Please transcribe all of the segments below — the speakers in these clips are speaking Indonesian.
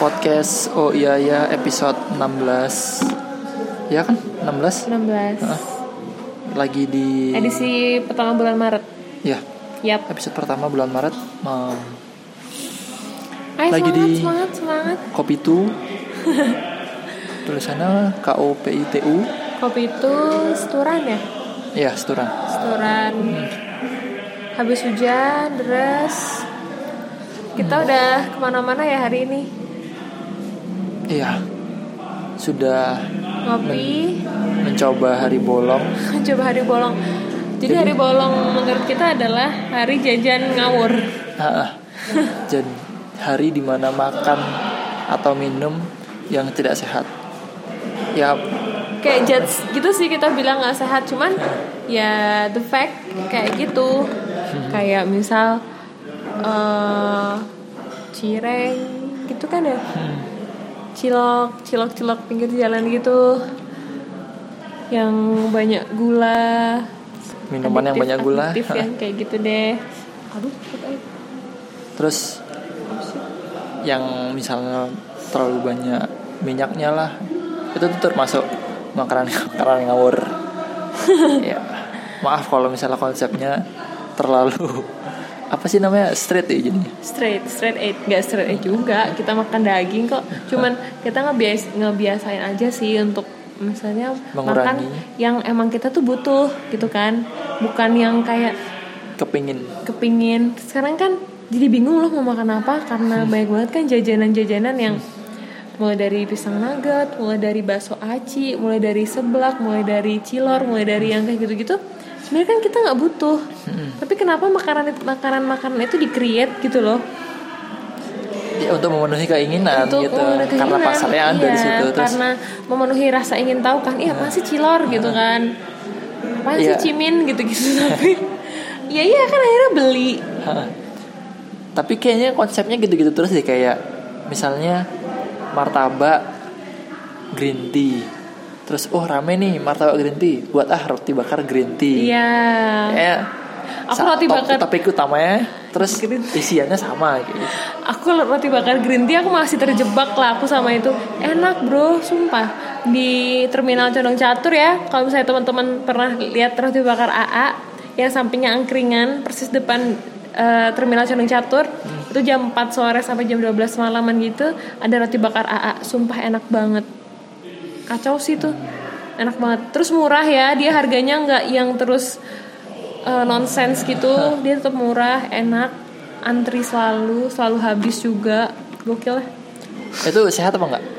podcast Oh Iya Ya episode 16. Ya kan? 16? 16. Lagi di edisi pertama bulan Maret. Ya. Yap. Episode pertama bulan Maret. Ayo, lagi semangat, di semangat. Kopi Tu. Tulisannya KOPITU. Kopi itu seturan ya? Ya, seturan. Seturan. Habis hujan, deras. Kita udah kemana-mana ya hari ini. Iya. Sudah Ngopi. mencoba hari bolong. Coba hari bolong. Jadi hari bolong menurut kita adalah hari jajan ngawur. Jadi hari dimana makan atau minum yang tidak sehat. Ya. Kayak judge gitu sih kita bilang nggak sehat, cuman ya the fact kayak gitu. Kayak misal cireng gitu kan ya, cilok pinggir jalan gitu, yang banyak gula, Minuman yang banyak gula, yang kayak gitu deh. Aduh. Terus yang misalnya terlalu banyak minyaknya lah, itu tuh termasuk makanan ngawur. Ya, maaf kalau misalnya konsepnya terlalu apa sih namanya, straight ya jadinya. Straight nggak straight juga, kita makan daging kok, cuman kita ngebiasain aja sih untuk misalnya mengurangi. Makan yang emang kita tuh butuh gitu kan, bukan yang kayak kepingin. Sekarang kan jadi bingung loh mau makan apa, karena banyak banget kan jajanan yang mulai dari pisang nugget, mulai dari bakso aci, mulai dari seblak, mulai dari cilor, mulai dari yang kayak gitu-gitu. Sebenarnya kan kita nggak butuh, tapi kenapa makanan itu di-create gitu loh? Ya, untuk memenuhi keinginan gitu, karena pasarnya ada di situ. Terus karena memenuhi rasa ingin tahu kan, apa sih cilor gitu kan, apa sih cimin gitu-gitu. Tapi iya kan akhirnya beli. Tapi kayaknya konsepnya gitu-gitu terus deh, kayak misalnya martabak green tea. Terus rame nih martabak green tea, buat roti bakar green tea. Iya. Aku roti bakar topik utamanya terus isiannya sama gitu. Aku roti bakar green tea, aku masih terjebak lah aku sama itu. Enak bro, sumpah. Di Terminal Condong Catur ya, kalau misalnya teman-teman pernah lihat roti bakar AA yang sampingnya angkringan persis depan Terminal Condong Catur, itu jam 4 sore sampai jam 12 malaman gitu ada roti bakar AA. Sumpah enak banget. Kacau sih tuh, enak banget. Terus murah ya, dia harganya nggak yang terus nonsense gitu, dia tetap murah, enak. Antri selalu habis juga, gokil lah. Itu sehat apa enggak?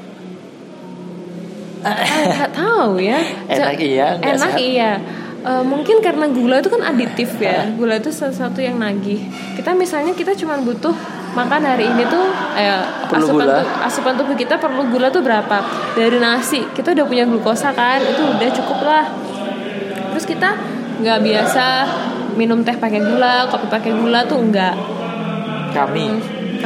Nggak tahu ya. Enak iya, enak sehat. Iya. Mungkin karena gula itu kan aditif ya. Gula itu sesuatu yang nagih. Kita misalnya cuma butuh makan hari ini tuh asupan tubuh kita perlu gula tuh berapa. Dari nasi kita udah punya glukosa kan, itu udah cukup lah. Terus kita nggak biasa minum teh pakai gula, kopi pakai gula tuh enggak. Kami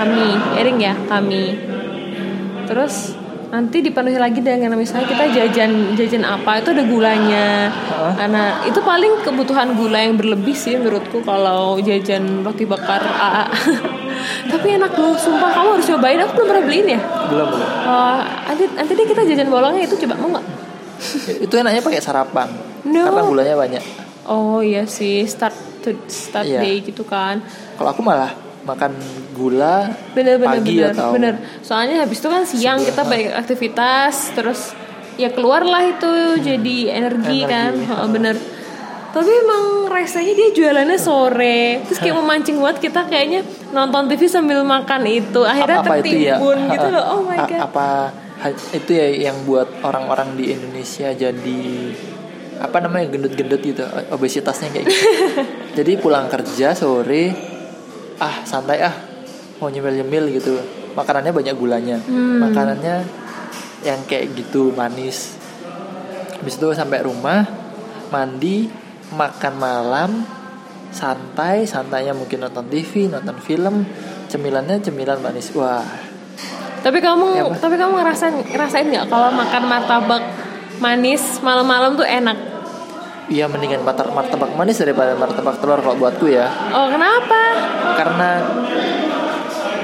terus nanti dipenuhi lagi dengan misalnya kita jajan apa itu ada gulanya. Karena itu paling kebutuhan gula yang berlebih sih menurutku kalau jajan roti bakar AA. Tapi enak loh, sumpah kamu harus cobain. Aku belum pernah beliin ya. Belum. Nanti deh kita jajan bolongnya itu, coba mau nggak? Itu enaknya pakai sarapan. No. Karena gulanya banyak. Oh iya sih, start day gitu kan. Kalau aku malah makan gula pagi atau bener. Soalnya habis itu kan siang kita banyak aktivitas, terus ya keluarlah itu jadi energi kan. Bener. Tapi emang rasanya dia jualannya sore, terus kayak memancing buat kita kayaknya nonton TV sambil makan itu. Akhirnya tertimbun gitu loh. Oh my god. Apa itu ya yang buat orang-orang di Indonesia jadi gendut-gendut gitu, obesitasnya kayak gitu. Jadi pulang kerja sore santai mau nyemil gitu, makanannya banyak gulanya, makanannya yang kayak gitu manis. Habis itu sampai rumah mandi, makan malam, santainya mungkin nonton TV, nonton film, cemilan manis. Wah. Tapi kamu ngerasain nggak kalau makan martabak manis malam-malam tuh enak? Iya, mendingan martabak manis daripada martabak telur kalau buatku ya. Oh, kenapa? Karena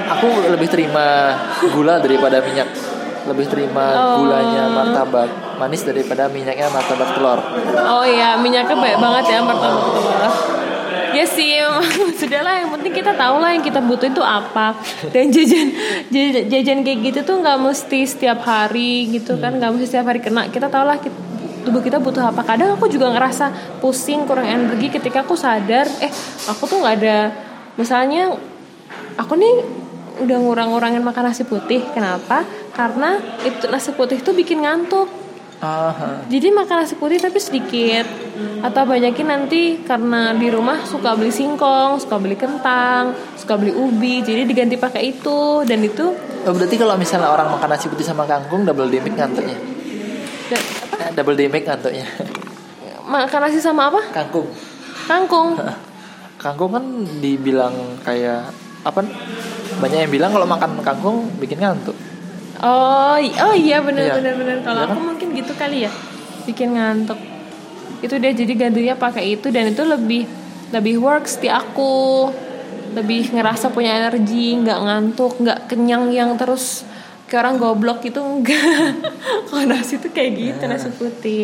aku lebih terima gula daripada minyak. Lebih terima gulanya martabak manis daripada minyaknya martabak telur. Oh iya, minyaknya banyak banget ya martabak telur. Ya sih, sudahlah, yang penting kita tahu lah yang kita butuh itu apa. Dan jajan kayak gitu tuh nggak mesti setiap hari gitu kan, nggak mesti setiap hari kena. Kita tahu lah tubuh kita butuh apa. Kadang aku juga ngerasa pusing, kurang energi ketika aku sadar, aku tuh nggak ada, misalnya aku nih udah ngurangin makan nasi putih. Kenapa? Karena itu nasi putih itu bikin ngantuk. Jadi makan nasi putih tapi sedikit, atau banyakin nanti karena di rumah suka beli singkong, suka beli kentang, suka beli ubi, jadi diganti pakai itu. Dan itu berarti kalau misalnya orang makan nasi putih sama kangkung double damage ngantuknya. Double damage ngantuknya. Makan nasi sama apa? Kangkung. Kangkung kan dibilang kayak apa? Banyak yang bilang kalau makan kangkung bikin ngantuk. Oh iya benar. Kalau ya, aku mungkin gitu kali ya, bikin ngantuk. Itu dia, jadi gantinya pakai itu, dan itu lebih works di aku. Lebih ngerasa punya energi, nggak ngantuk, nggak kenyang yang terus kayak orang goblok gitu, enggak. Kalau nasi itu kayak gitu, nasi putih.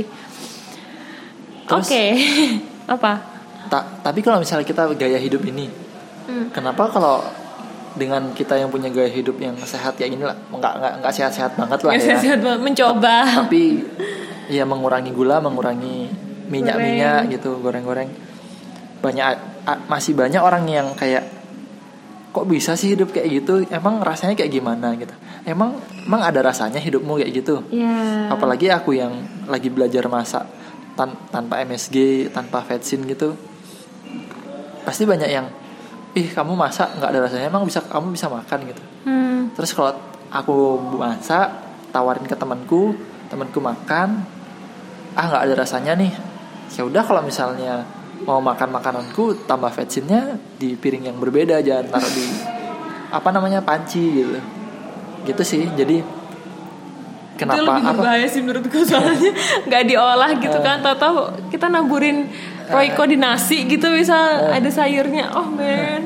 Oke. Apa? Tapi kalau misalnya kita gaya hidup ini, kenapa kalau dengan kita yang punya gaya hidup yang sehat kayak gini lah, nggak sehat-sehat banget lah ya. Sehat banget, mencoba. Tapi ya mengurangi gula, mengurangi minyak gitu, goreng-goreng. Masih banyak orang yang kayak, kok bisa sih hidup kayak gitu? Emang rasanya kayak gimana gitu? Emang ada rasanya hidupmu kayak gitu? Yeah. Apalagi aku yang lagi belajar masak tanpa MSG, tanpa vetsin gitu. Pasti banyak yang, kamu masak nggak ada rasanya, emang kamu bisa makan gitu. Terus kalau aku masak, tawarin ke temanku makan, nggak ada rasanya nih. Ya udah, kalau misalnya mau makan makananku, tambah vetsinnya di piring yang berbeda, jangan taruh di panci gitu sih. Jadi kenapa itu lebih berbahaya sih menurutku, soalnya nggak diolah gitu kan, tahu kita naburin Royco di nasi gitu, bisa ada sayurnya. Oh man.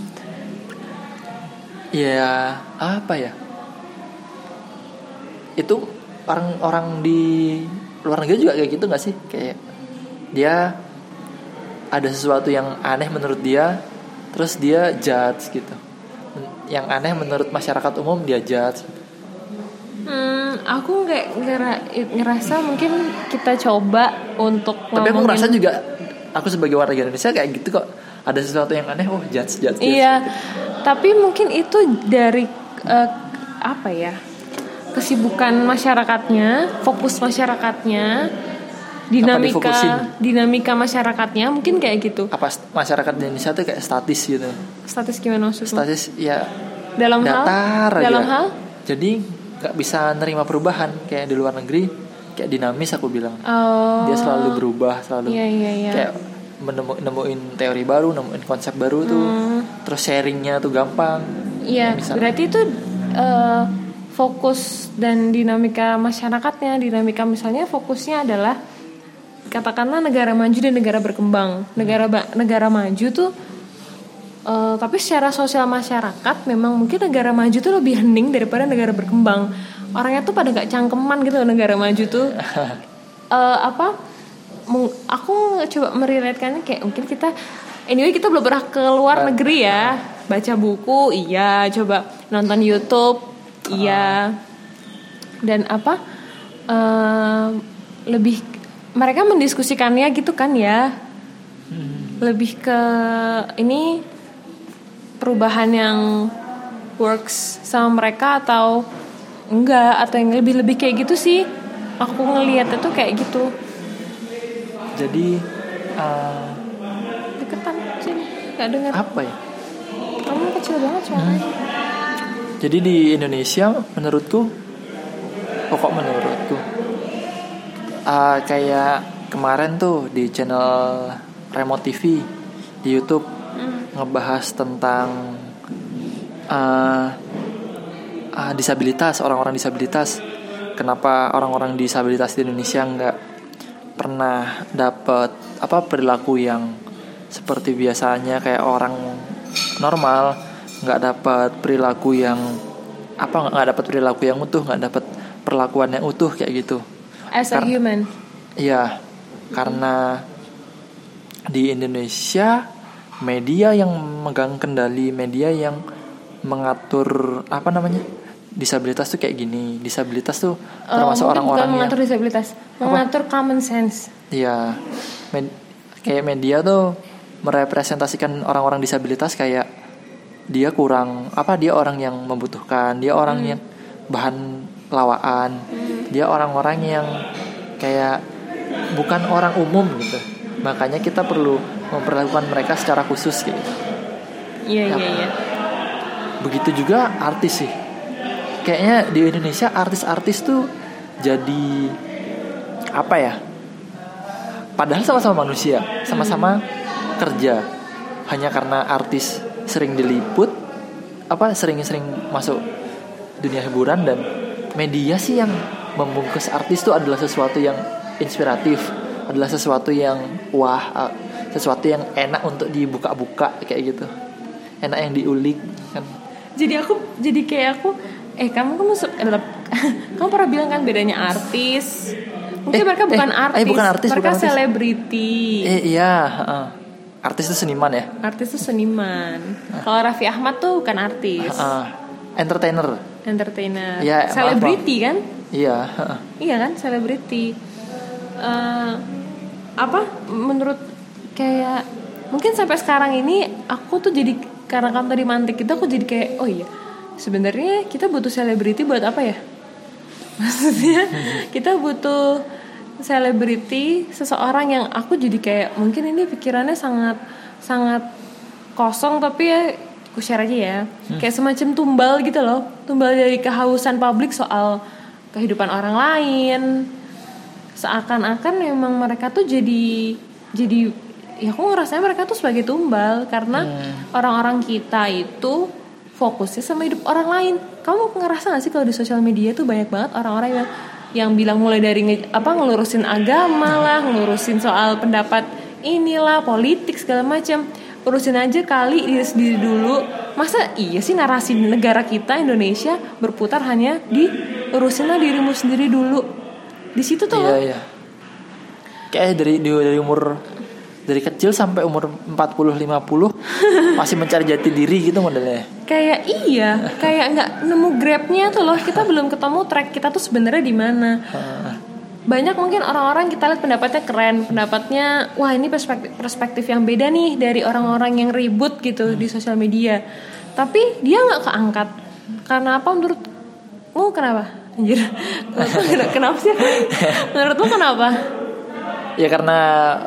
Ya apa ya, itu orang di luar negeri juga kayak gitu nggak sih? Kayak dia ada sesuatu yang aneh menurut dia, terus dia judge gitu. Yang aneh menurut masyarakat umum dia judge. Aku nggak ngerasa, mungkin kita coba untuk Tapi aku ngerasa juga, aku sebagai warga Indonesia kayak gitu kok. Ada sesuatu yang aneh, judge. Iya, tapi mungkin itu dari kesibukan masyarakatnya, fokus masyarakatnya, dinamika masyarakatnya, mungkin kayak gitu. Apa masyarakat Indonesia tuh kayak statis gitu? Statis gimana maksudnya? Statis ya, dalam hal. Jadi nggak bisa nerima perubahan kayak di luar negeri, kayak dinamis aku bilang. Dia selalu berubah, selalu kayak nemuin teori baru, nemuin konsep baru tuh, terus sharingnya tuh gampang. Iya, berarti itu fokus dan dinamika masyarakatnya. Dinamika misalnya fokusnya adalah katakanlah negara maju dan negara berkembang. Negara maju tuh tapi secara sosial masyarakat memang mungkin negara maju tuh lebih hening daripada negara berkembang. Orangnya tuh pada gak cangkeman gitu negara maju tuh. Aku coba merelatekannya kayak mungkin kita belum pernah ke luar negeri ya. Baca buku iya, coba nonton YouTube iya. Dan lebih mereka mendiskusikannya gitu kan ya. Lebih ke ini perubahan yang works sama mereka atau enggak, atau yang lebih kayak gitu sih. Aku ngelihat itu kayak gitu. Jadi deketan kecil, nggak dengar. Apa ya? Kamu kecil banget suaranya. Jadi di Indonesia menurutku kayak kemarin tuh di channel Remote TV di YouTube ngebahas tentang disabilitas, orang-orang disabilitas. Kenapa orang-orang disabilitas di Indonesia nggak pernah dapat perilaku yang seperti biasanya kayak orang normal. nggak dapat perilaku yang nggak dapat perilaku yang utuh, nggak dapat perlakuan yang utuh kayak gitu. As a human. Iya, karena di Indonesia media yang megang kendali, media yang mengatur disabilitas tuh kayak gini. Disabilitas tuh termasuk orang-orang yang mengatur disabilitas, mengatur common sense. Iya, kayak media tuh merepresentasikan orang-orang disabilitas kayak dia kurang dia orang yang membutuhkan, dia orang yang bahan lawaan, dia orang-orang yang kayak bukan orang umum gitu. Makanya kita perlu memperlakukan mereka secara khusus gitu. Iya. Begitu juga artis sih. Kayaknya di Indonesia artis-artis tuh jadi padahal sama-sama manusia, sama-sama kerja. Hanya karena artis sering diliput, sering-sering masuk dunia hiburan, dan media sih yang membungkus artis tuh adalah sesuatu yang inspiratif, adalah sesuatu yang sesuatu yang enak untuk dibuka-buka kayak gitu, enak yang diulik kan. Kamu kamu pernah bilang kan bedanya artis. Mungkin mereka bukan artis, mereka selebriti. Iya, artis itu seniman ya. Artis itu seniman. Kalau Raffi Ahmad tuh bukan artis. Entertainer. Ya, selebriti kan? Iya. Iya kan, selebriti. Menurut kayak mungkin sampai sekarang ini aku tuh jadi, karena kamu tadi mantik itu, aku jadi kayak sebenarnya kita butuh selebriti buat apa ya? Maksudnya kita butuh selebriti, seseorang yang aku jadi kayak mungkin ini pikirannya sangat sangat kosong, tapi ya aku share aja ya. Kayak semacam tumbal gitu loh, tumbal dari kehausan publik soal kehidupan orang lain. Seakan-akan memang mereka tuh jadi ya aku ngerasanya mereka tuh sebagai tumbal, karena orang-orang kita itu fokusnya sama hidup orang lain. Kamu ngerasa gak sih kalau di sosial media tuh banyak banget orang-orang yang bilang mulai dari ngelurusin agama lah, ngelurusin soal pendapat inilah, politik segala macam. Urusin aja kali diri sendiri dulu. Masa iya sih narasi negara kita Indonesia berputar hanya di urusinlah dirimu sendiri dulu. Di situ tuh Iya. Kayak dari umur, dari kecil sampai umur 40-50 masih mencari jati diri gitu modelnya. Kayak nggak nemu grabnya tuh loh. Kita belum ketemu track kita tuh sebenarnya di mana. Banyak mungkin orang-orang kita lihat pendapatnya keren, pendapatnya wah ini perspektif yang beda nih dari orang-orang yang ribut gitu di sosial media. Tapi dia nggak keangkat. Karena apa menurutmu? Kenapa? Anjir. Kenapa sih? Menurutmu kenapa? Ya karena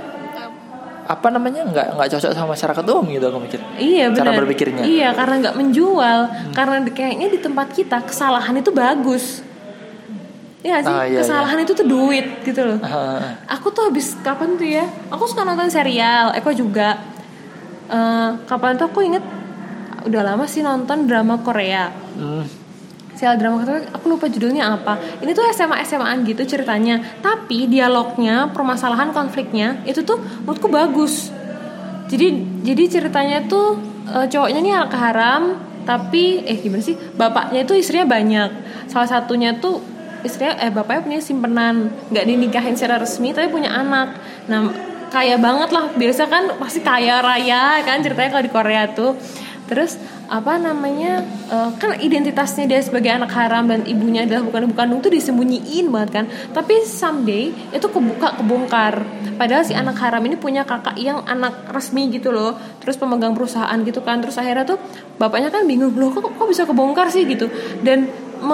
nggak cocok sama masyarakat umum gitu aku mikir. Iya benar. Cara berpikirnya. Iya, karena nggak menjual. Karena kayaknya di tempat kita kesalahan itu bagus. Iya sih, kesalahan itu tuh duit gitu loh. Aku tuh habis kapan tuh ya? Aku suka nonton serial. Eko juga. Kapan tuh aku inget udah lama sih nonton drama Korea. Serial drama Korea, aku lupa judulnya apa. Ini tuh SMA-an gitu ceritanya. Tapi dialognya, permasalahan konfliknya itu tuh menurutku bagus. Jadi ceritanya tuh cowoknya nih anak haram, tapi gimana sih? Bapaknya itu istrinya banyak. Salah satunya tuh bapaknya punya simpenan, nggak dinikahin secara resmi tapi punya anak. Nah kaya banget lah, biasa kan pasti kaya raya kan ceritanya kalau di Korea tuh. Terus kan identitasnya dia sebagai anak haram dan ibunya adalah bukan ibu kandung tuh disembunyiin banget kan. Tapi someday itu kebongkar. Padahal si anak haram ini punya kakak yang anak resmi gitu loh, terus pemegang perusahaan gitu kan. Terus akhirnya tuh bapaknya kan bingung, loh kok bisa kebongkar sih gitu. Dan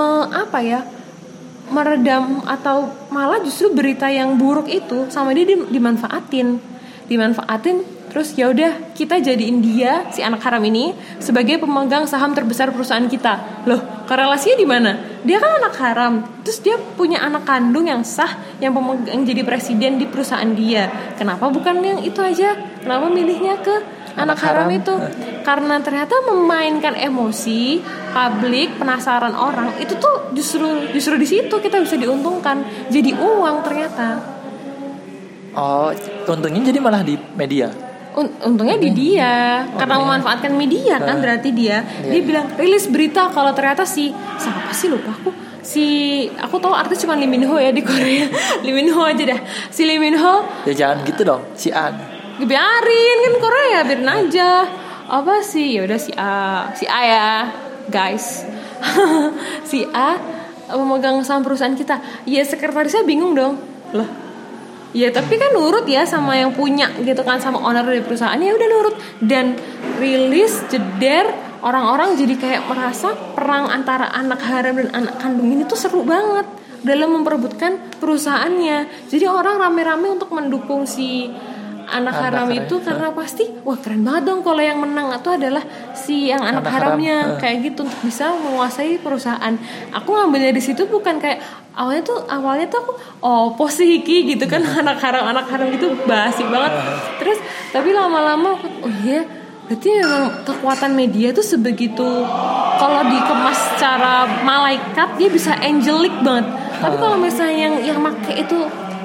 meredam atau malah justru berita yang buruk itu sama dia dimanfaatin. Terus ya udah kita jadiin dia si anak haram ini sebagai pemegang saham terbesar perusahaan kita. Loh, korelasinya di mana? Dia kan anak haram, terus dia punya anak kandung yang sah yang jadi presiden di perusahaan dia. Kenapa bukan yang itu aja? Kenapa milihnya ke anak haram itu? Karena ternyata memainkan emosi publik, penasaran orang itu tuh justru di situ kita bisa diuntungkan, jadi uang ternyata. Oh, untungnya jadi malah di media. Untungnya di dia karena memanfaatkan media kan, berarti dia bilang rilis berita kalau ternyata siapa sih, lupa aku tahu artis cuma Lee Min Ho ya di Korea. Lee Min Ho aja dah, si Lee Min Ho. Ya jangan gitu dong, si An. Biarin kan Korea, biarin aja. Apa sih, ya udah si A ya guys. Si A memegang saham perusahaan kita. Ya sekretarisnya bingung dong loh. Ya tapi kan nurut ya sama yang punya gitu kan, sama owner dari perusahaan, ya udah nurut. Dan rilis jeder, orang-orang jadi kayak merasa perang antara anak haram dan anak kandung ini tuh seru banget dalam memperebutkan perusahaannya. Jadi orang rame-rame untuk mendukung si anak haram itu karena pasti wah keren banget dong kalau yang menang itu adalah si yang anak haramnya kayak gitu, untuk bisa menguasai perusahaan. Aku ngambilnya di situ bukan kayak awalnya tuh aku posisi gitu kan, anak haram gitu basi banget. Terus tapi lama-lama oh iya berarti memang kekuatan media tuh sebegitu, kalau dikemas secara malaikat dia bisa angelic banget. Tapi kalau misalnya yang make itu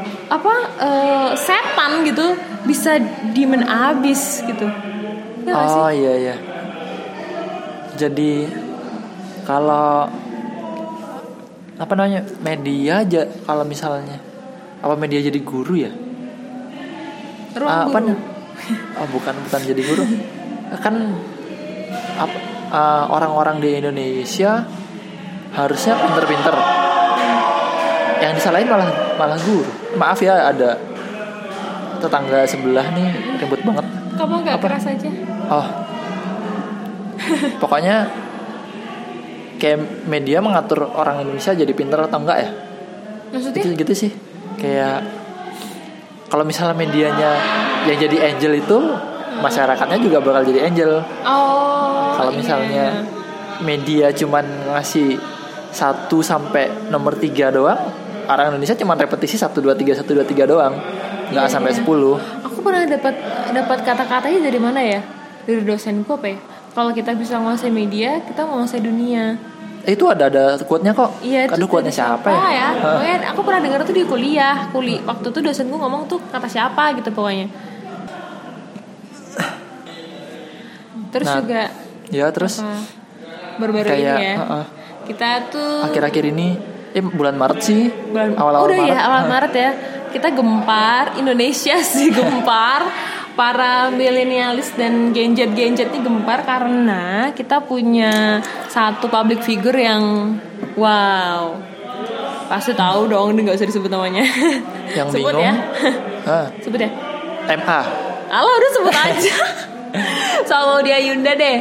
setan gitu, bisa demon abis gitu ya. Iya. Jadi kalau media aja, kalau misalnya media jadi guru ya, guru. Bukan jadi guru. Kan orang-orang di Indonesia harusnya pinter-pinter, yang disalahin malah guru. Maaf ya, ada tetangga sebelah nih ribut banget. Kamu nggak keras aja? Pokoknya kayak media mengatur orang Indonesia jadi pinter atau enggak ya? Maksudnya? Gitu sih. Kayak kalau misalnya medianya yang jadi angel itu, masyarakatnya juga bakal jadi angel. Kalau misalnya media cuman ngasih 1 sampai nomor 3 doang, orang Indonesia cuma repetisi 1 2 3 1 2 3 doang, nggak sampai 10. Aku pernah dapat kata-katanya dari mana ya? Dari dosenku apa ya? Kalau kita bisa menguasai media, kita menguasai dunia. Itu ada quote-nya kok. Iya, aduh, quote-nya siapa ya? Pokoknya aku pernah dengar tuh di kuliah. Waktu itu dosenku ngomong tuh kata siapa gitu pokoknya. Terus juga terus baru-baru ini ya. Kita tuh akhir-akhir ini bulan Maret sih. Awal-awal Maret. Awal Maret ya. Kita gempar, Indonesia sih gempar. Para milenialis dan genjet-genjet ini gempar karena kita punya satu public figure yang wow. Pasti tahu dong, nggak usah disebut namanya. Yang sebut bingung. Ya. Sebut ya. MA. Alah udah sebut aja. Sama dia Yunda deh.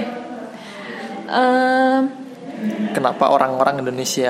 Kenapa orang-orang Indonesia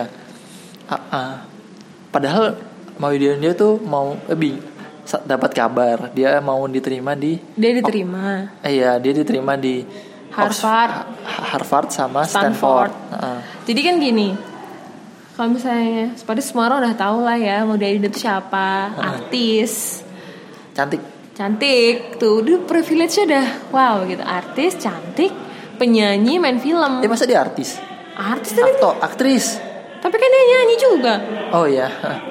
padahal Maudy Yunda tuh mau dapat kabar dia mau diterima di dia diterima di Harvard sama Stanford. Jadi kan gini, kalau misalnya seperti semua orang udah tahu lah ya Maudy Yunda itu siapa, artis cantik tuh, dia privilege-nya udah wow gitu, artis cantik, penyanyi, main film. Masa dia artis aktris, tapi kan dia nyanyi juga. Oh ya.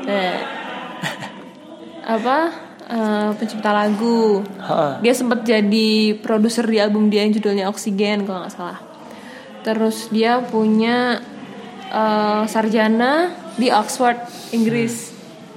Pencipta lagu. Dia sempat jadi produser di album dia yang judulnya Oksigen kalau nggak salah. Terus dia punya sarjana di Oxford, Inggris.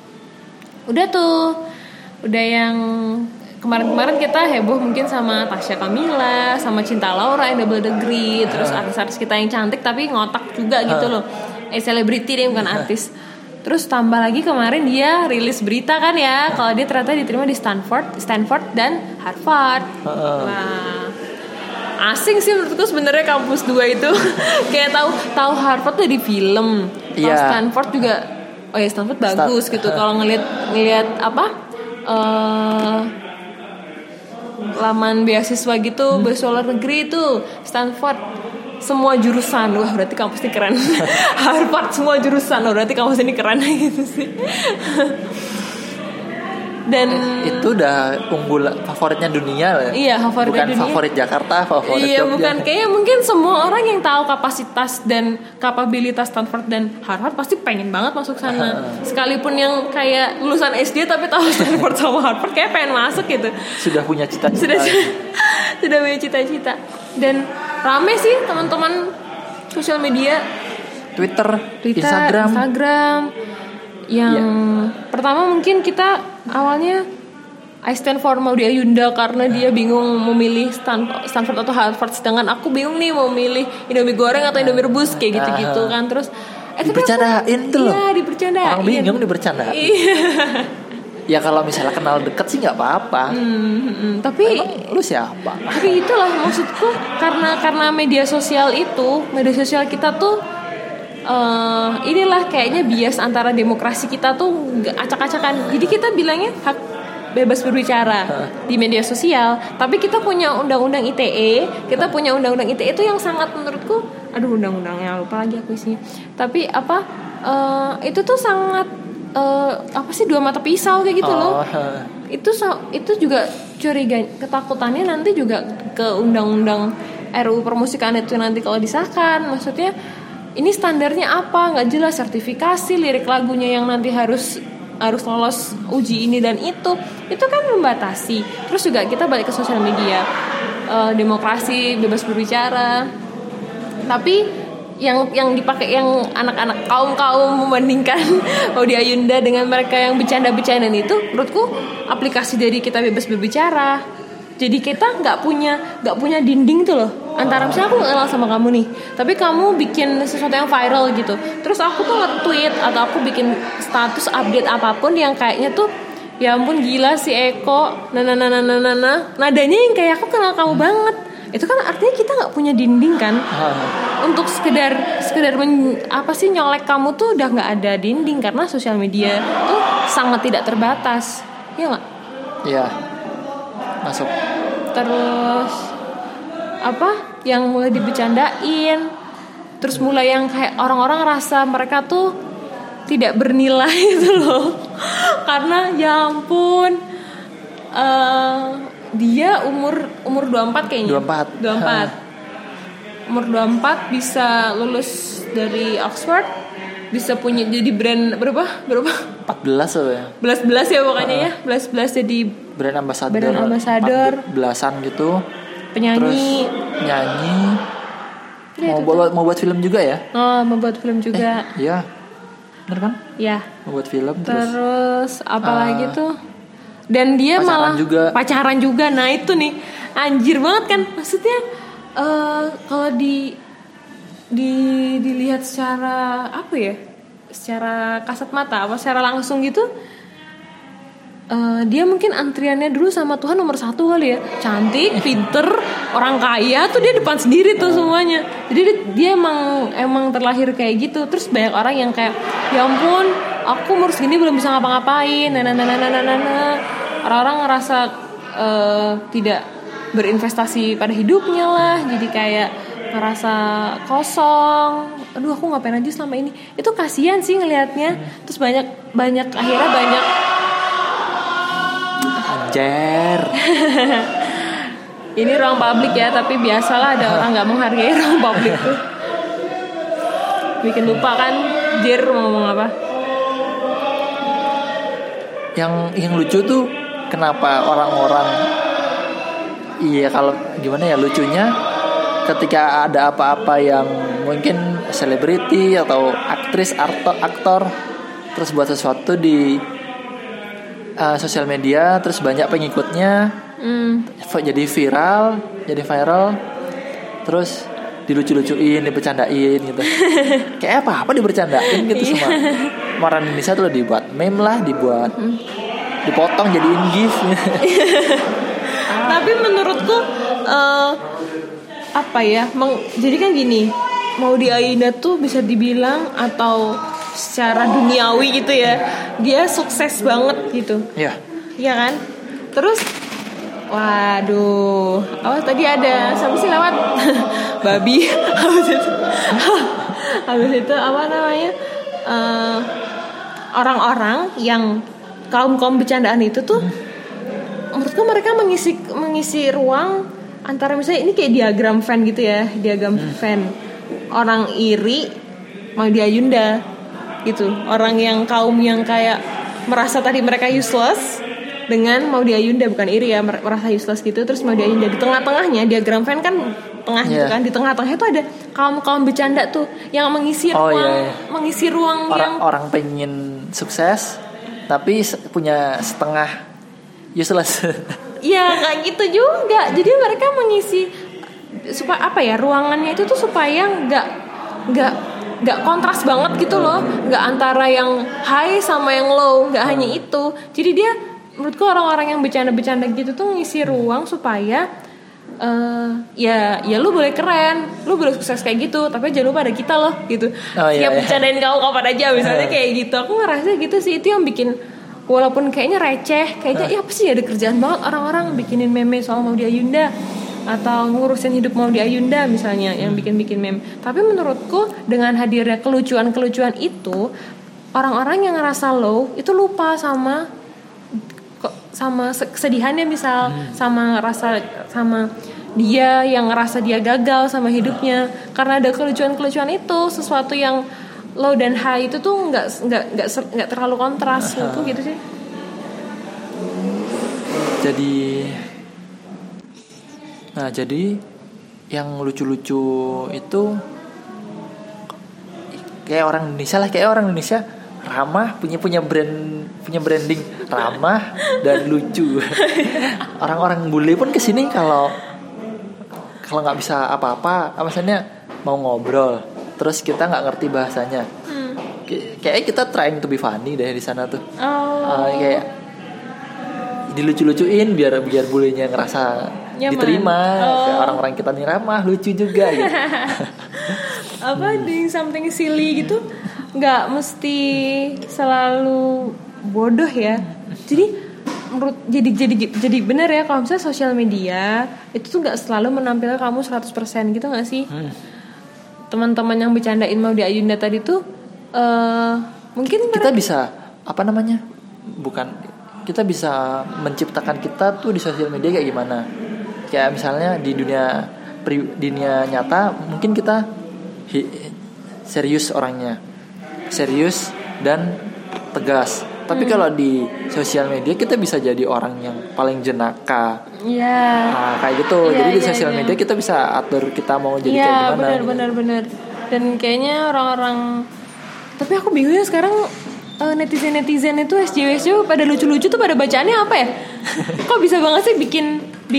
Udah yang kemarin kita heboh mungkin sama Tasya Kamila, sama Cinta Laura yang double degree, terus artis-artis kita yang cantik tapi ngotak juga gitu loh. Selebriti dia bukan artis. Terus tambah lagi kemarin dia rilis berita kan ya, kalau dia ternyata diterima di Stanford dan Harvard. Wah, asing sih menurutku sebenarnya kampus 2 itu. Kayak tahu Harvard tuh di film, tahu Stanford juga. Oh ya Stanford bagus gitu. Kalau ngelihat laman beasiswa gitu, beasiswa luar negeri itu Stanford. Semua jurusan, wah berarti kampus ini keren. Harvard semua jurusan, berarti kampus ini keren gitu sih. Dan itu udah favoritnya dunia lah. Iya, favorit bukan dunia. Favorit Jakarta, favorit Iya, Jogja. bukan, kayaknya mungkin semua orang yang tahu kapasitas dan kapabilitas Stanford dan Harvard pasti pengen banget masuk sana. Sekalipun yang kayak lulusan SD tapi tahu Stanford sama Harvard kayak pengen masuk gitu. Sudah punya cita-cita. Sudah punya cita-cita. Dan rame sih teman-teman sosial media, Twitter, Instagram. Yang pertama mungkin kita awalnya I stand for Maudy Ayunda karena dia bingung memilih Stanford atau Harvard, sedangkan aku bingung nih mau milih Indomie goreng atau Indomie rebus kayak gitu-gitu kan. Terus dibercandain tuh loh. Iya, dibercandain. Orang bingung dibercandain. Iya. Ya kalau misalnya kenal deket sih nggak apa-apa. Tapi emang lu siapa? Tapi itulah maksudku, karena media sosial kita tuh inilah kayaknya bias antara demokrasi kita tuh acak-acakan. Jadi kita bilangnya hak bebas berbicara di media sosial, tapi kita punya undang-undang ITE, itu yang sangat menurutku, aduh undang-undangnya lupa lagi aku isinya. Tapi itu tuh sangat dua mata pisau kayak gitu loh. Itu juga curiga, ketakutannya nanti juga ke undang-undang RUU permusikan itu nanti kalau disahkan, maksudnya ini standarnya apa, nggak jelas, sertifikasi lirik lagunya yang nanti harus lolos uji ini dan itu kan membatasi. Terus juga kita balik ke sosial media, demokrasi, bebas berbicara, tapi yang dipakai yang anak-anak kaum membandingkan Maudy Ayunda dengan mereka yang bercanda-bercandaan itu, menurutku aplikasi dari kita bebas berbicara. Jadi kita nggak punya dinding tuh loh, antara misalnya aku nggak kenal sama kamu nih, tapi kamu bikin sesuatu yang viral gitu, terus aku tuh nge-tweet atau aku bikin status update apapun yang kayaknya tuh ya ampun gila si Eko, nadanya yang kayak aku kenal kamu banget. Itu kan artinya kita nggak punya dinding kan. Untuk sekedar nyolek kamu tuh udah nggak ada dinding, karena sosial media tuh sangat tidak terbatas, ya nggak? Iya, masuk. Terus yang mulai dibercandain, terus mulai yang kayak orang-orang rasa mereka tuh tidak bernilai itu loh. Karena ya ampun, dia umur 24 kayaknya. 24. Umur 24 bisa lulus dari Oxford, bisa punya jadi brand berapa? 14 loh ya. 11 ya pokoknya ya. 11 jadi brand ambassador. Belasan gitu. Penyanyi. Terus nyanyi. Mau buat film juga ya? Mau buat film juga. Iya. Bener kan? Iya. Mau buat film terus apa lagi tuh? Dan dia pacaran juga. Nah itu nih anjir banget kan, maksudnya kalau dilihat secara secara kasat mata secara langsung gitu, dia mungkin antriannya dulu sama Tuhan nomor 1 kali ya, cantik, pinter, orang kaya tuh dia depan sendiri tuh semuanya. Jadi dia emang terlahir kayak gitu. Terus banyak orang yang kayak ya ampun aku umur segini belum bisa ngapa-ngapain, orang-orang ngerasa tidak berinvestasi pada hidupnya lah, jadi kayak ngerasa kosong. Aduh aku ngapain aja selama ini. Itu kasihan sih ngelihatnya. Terus banyak akhirnya banyak anjir. Ini ruang publik ya, tapi biasalah ada orang nggak menghargai ruang publik tuh. Bikin lupa kan, Jir mau ngomong apa? Yang lucu tuh kenapa orang-orang, kalau gimana ya lucunya, ketika ada apa-apa yang mungkin selebriti atau aktris aktor terus buat sesuatu di sosial media, terus banyak pengikutnya, jadi viral, terus dilucu-lucuin, dibercandain gitu. Kayak apa dibercandain gitu semua. Orang Indonesia tuh dibuat meme lah, dipotong jadiin gif. Tapi menurutku jadi kan gini, Maudy Ayunda tuh bisa dibilang atau secara duniawi gitu ya, dia sukses banget gitu. Iya. Iya kan? Terus waduh, tadi ada siapa sih lewat? Babi. Habis itu orang-orang yang kaum bercandaan itu tuh menurutku mereka mengisi ruang antara misalnya ini kayak diagram Venn gitu ya, diagram Venn. Orang iri mau diayunda gitu. Orang yang kaum yang kayak merasa tadi mereka useless dengan mau diayunda, bukan iri ya, merasa useless gitu terus mau diayunda. Di tengah-tengahnya diagram Venn kan tengah gitu kan. Di tengah-tengahnya itu ada kaum bercanda tuh yang mengisi ruang, mengisi ruang orang pengen sukses tapi punya setengah useless. Ya kayak gitu juga. Jadi mereka mengisi supaya apa ya, ruangannya itu tuh supaya nggak kontras banget gitu loh, nggak antara yang high sama yang low, nggak hanya itu. Jadi dia menurutku orang-orang yang bercanda gitu tuh ngisi ruang supaya ya lu boleh keren, lu boleh sukses kayak gitu, tapi jangan lupa ada kita loh gitu. Siap bercandain kau kapan aja misalnya kayak gitu. Aku ngerasa gitu sih, itu yang bikin walaupun kayaknya receh, kayaknya ya apa sih, ada kerjaan banget orang-orang bikinin meme soal mau diayunda atau ngurusin hidup mau diayunda misalnya, yang bikin meme. Tapi menurutku dengan hadirnya kelucuan itu, orang-orang yang ngerasa low itu lupa sama kesedihannya misal, sama dia yang ngerasa dia gagal sama hidupnya karena ada kelucuan itu. Sesuatu yang low dan high itu tuh nggak terlalu kontras tuh gitu sih. Jadi yang lucu-lucu itu kayak orang Indonesia ramah, punya branding ramah dan lucu. Orang-orang bule pun kesini kalau nggak bisa apa-apa, maksudnya mau ngobrol terus kita nggak ngerti bahasanya, kayak kita trying to be funny deh di sana tuh. Kayak dilucu-lucuin biar bulenya ngerasa nyaman, diterima. Kayak orang-orang kita nih ramah, lucu juga gitu. Doing something silly gitu nggak mesti selalu bodoh ya. Jadi benar ya kalau misalnya sosial media itu tuh nggak selalu menampilkan kamu 100% gitu nggak sih? Teman-teman yang bercandain mau diayunda tadi tuh mungkin kita bisa kita bisa menciptakan kita tuh di sosial media kayak gimana. Kayak misalnya di dunia nyata mungkin kita serius orangnya, serius dan tegas. Tapi kalau di sosial media kita bisa jadi orang yang paling jenaka. Kayak gitu. Jadi di sosial media kita bisa atur kita mau jadi kayak gimana. Benar. Dan kayaknya orang-orang, tapi aku bingung ya sekarang netizen itu SJW pada lucu-lucu tuh pada bacaannya apa ya? Kok bisa banget sih bikin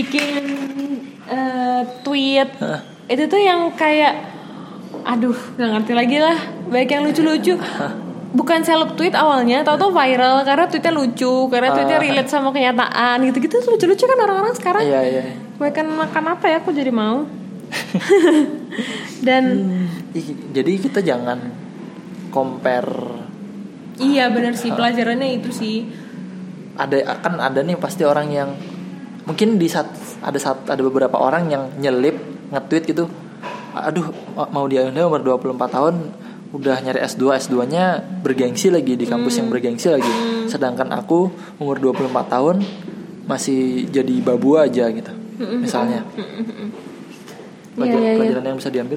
tweet itu tuh yang kayak aduh nggak ngerti lagi lah, baik yang lucu-lucu. Bukan seleb tweet awalnya, tahu-tahu viral karena tweetnya lucu, karena tweetnya relate sama kenyataan gitu-gitu. Lucu-lucu kan orang-orang sekarang. Makan apa ya? Aku jadi mau. Dan jadi kita jangan compare. Iya benar sih, pelajarannya itu sih. Ada nih pasti orang yang mungkin ada beberapa orang yang nyelip nge-tweet gitu. Aduh, mau diayunda umur 24 tahun udah nyari S2-nya bergengsi lagi di kampus yang bergengsi lagi. Sedangkan aku umur 24 tahun masih jadi babu aja gitu. Misalnya. Pelajaran yang bisa diambil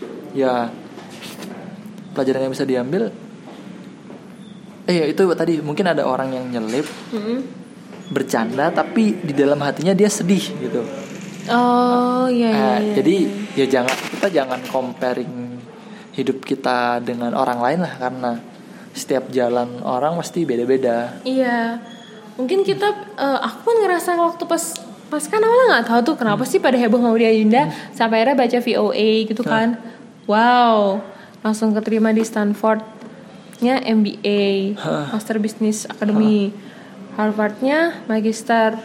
pelajaran yang bisa diambil itu tadi mungkin ada orang yang nyelip bercanda tapi di dalam hatinya dia sedih gitu. Jadi kita jangan comparing hidup kita dengan orang lain lah, karena setiap jalan orang pasti beda-beda. Iya, mungkin kita aku pun ngerasa waktu pas kan awalnya nggak tahu tuh kenapa sih pada heboh mau diayunda, sampai akhirnya baca VOA gitu kan. Wow, langsung keterima di Stanford-nya MBA, Master Business Academy. Harvard-nya Magister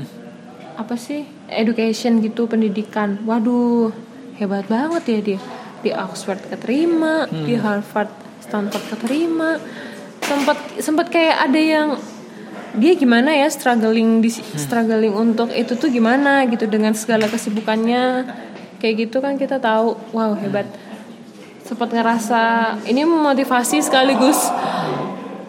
Education gitu, pendidikan. Waduh, hebat banget ya dia. Di Oxford keterima, di Harvard, Stanford keterima. Sempat kayak ada yang dia gimana ya struggling untuk itu tuh gimana gitu dengan segala kesibukannya kayak gitu kan, kita tahu wow hebat. Sempat ngerasa ini memotivasi sekaligus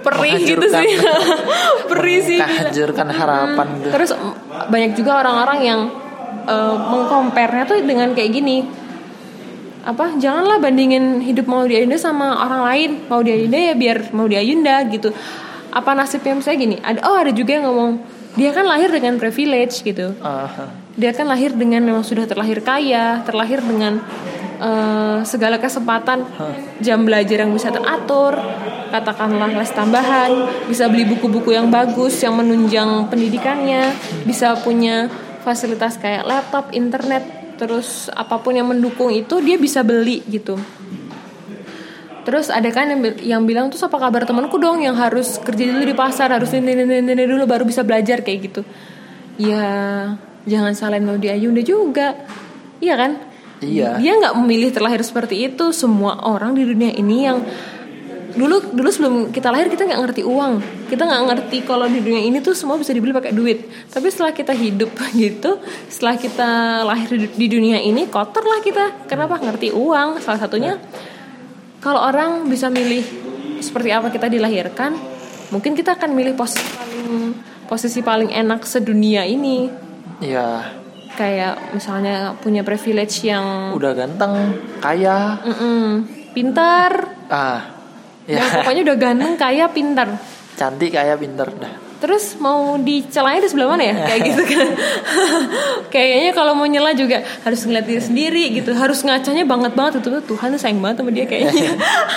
perih gitu sih. Perih sih. Menghancurkan harapan gitu. Terus banyak juga orang-orang yang mengkomparnya tuh dengan kayak gini. Janganlah bandingin hidup Maudy Ayunda sama orang lain. Maudy Ayunda ya biar Maudy Ayunda gitu. Apa nasibnya misalnya gini? Ada juga yang ngomong dia kan lahir dengan privilege gitu. Dia kan lahir dengan memang sudah terlahir kaya, terlahir dengan segala kesempatan, jam belajar yang bisa teratur, katakanlah les tambahan, bisa beli buku-buku yang bagus yang menunjang pendidikannya, bisa punya fasilitas kayak laptop, internet, terus apapun yang mendukung itu dia bisa beli gitu. Terus ada kan yang bilang tuh apa kabar temanku dong yang harus kerja dulu di pasar, harus ini dulu baru bisa belajar kayak gitu. Ya jangan salahin Maudy Ayunda juga, iya kan? Iya. Dia nggak memilih terlahir seperti itu. Semua orang di dunia ini yang dulu sebelum kita lahir kita nggak ngerti uang, kita nggak ngerti kalau di dunia ini tuh semua bisa dibeli pakai duit. Tapi setelah kita hidup gitu, setelah kita lahir di dunia ini kotor lah kita. Kenapa? Ngerti uang. Salah satunya kalau orang bisa milih seperti apa kita dilahirkan, mungkin kita akan milih posisi paling enak sedunia ini. Iya. Kayak misalnya punya privilege yang udah ganteng, kaya, pintar. Ya. Nah, pokoknya udah ganteng, kaya, pintar. Cantik, kaya, pintar dah. Terus mau dicelain di sebelah mana ya? Kayak gitu kan. Kayaknya kalau mau nyela juga harus ngeliat diri sendiri gitu. Harus ngacanya banget itu tuh Tuhan tuh sayang banget sama dia kayaknya.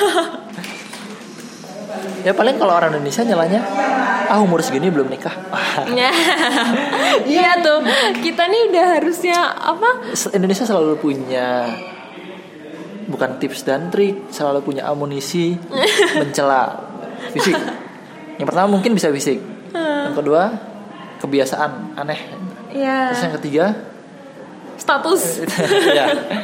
Ya paling kalau orang Indonesia nyelanya umur segini belum nikah. Iya tuh. Kita nih udah harusnya Indonesia selalu punya bukan tips dan trik, selalu punya amunisi mencela fisik. Yang pertama mungkin bisa fisik. Yang kedua kebiasaan aneh. Iya. Terus yang ketiga status. Ya.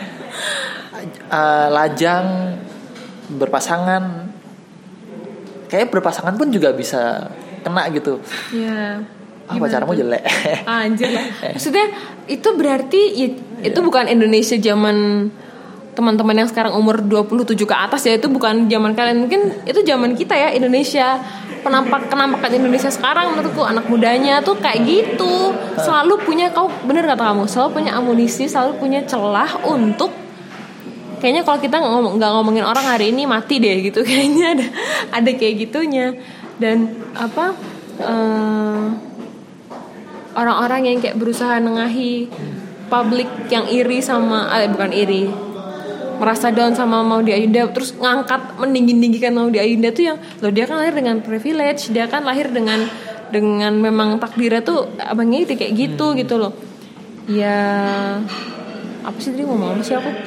Lajang, berpasangan. Kayak berpasangan pun juga bisa kena gitu. Iya. Pacarmu jelek. Anjir lah. Maksudnya itu berarti itu bukan Indonesia zaman teman-teman yang sekarang umur 27 ke atas ya, itu bukan zaman kalian, mungkin itu zaman kita ya Indonesia. Penampakan Indonesia sekarang menurutku anak mudanya tuh kayak gitu. Selalu punya, bener kata kamu, selalu punya amunisi, selalu punya celah untuk kayaknya kalau kita nggak ngomongin orang hari ini mati deh gitu, kayaknya ada kayak gitunya. Dan orang-orang yang kayak berusaha nengahi publik yang iri sama bukan iri, merasa down sama Maudy Ayunda, terus ngangkat meninggi-tinggikan Maudy Ayunda tuh yang loh, dia kan lahir dengan privilege, dia kan lahir dengan memang takdirnya tuh abangnya itu kayak gitu gitu loh. Ya apa sih tadi ngomong apa sih aku?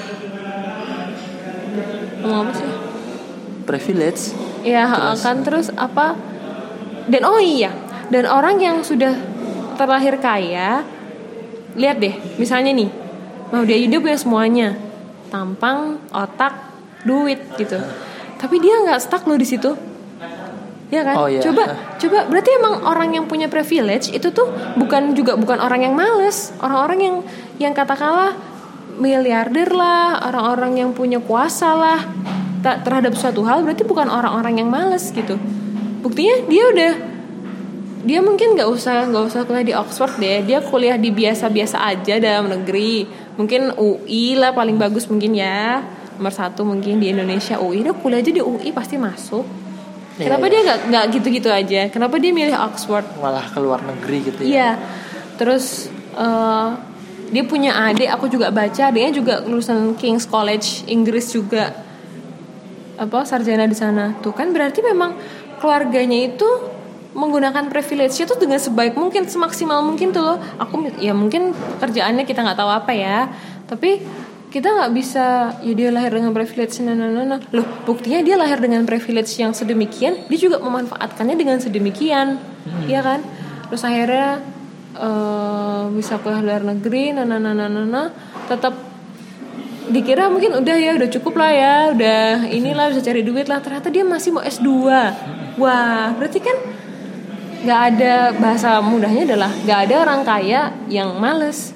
Ngomong apa sih? Privilege. Ya kan terus apa? Dan dan orang yang sudah terlahir kaya, lihat deh misalnya nih Maudy Ayunda punya semuanya, tampang, otak, duit gitu. Tapi dia nggak stuck loh di situ, ya kan? Iya. Coba berarti emang orang yang punya privilege itu tuh bukan orang yang males. Orang-orang yang katakanlah miliarder lah, orang-orang yang punya kuasa lah terhadap suatu hal, berarti bukan orang-orang yang males gitu. Buktinya dia mungkin nggak usah kuliah di Oxford deh, dia kuliah di biasa-biasa aja dalam negeri, mungkin UI lah paling bagus mungkin ya, nomor 1 mungkin di Indonesia UI. Dia kuliah aja di UI pasti masuk. Kenapa dia nggak gitu-gitu aja? Kenapa dia milih Oxford malah ke luar negeri gitu ya? Iya. Terus dia punya adik, aku juga baca, adiknya juga lulusan King's College Inggris juga, sarjana di sana. Tuh kan berarti memang keluarganya itu menggunakan privilege-nya tuh dengan sebaik mungkin, semaksimal mungkin tuh loh. Aku ya mungkin kerjaannya kita nggak tahu apa ya, tapi kita nggak bisa ya dia lahir dengan privilege loh, buktinya dia lahir dengan privilege yang sedemikian, dia juga memanfaatkannya dengan sedemikian, ya kan? Terus akhirnya bisa kuliah luar negeri, tetap dikira mungkin udah cukup lah ya, udah inilah bisa cari duit lah. Ternyata dia masih mau S2. Wah, berarti kan nggak ada, bahasa mudahnya adalah nggak ada orang kaya yang males.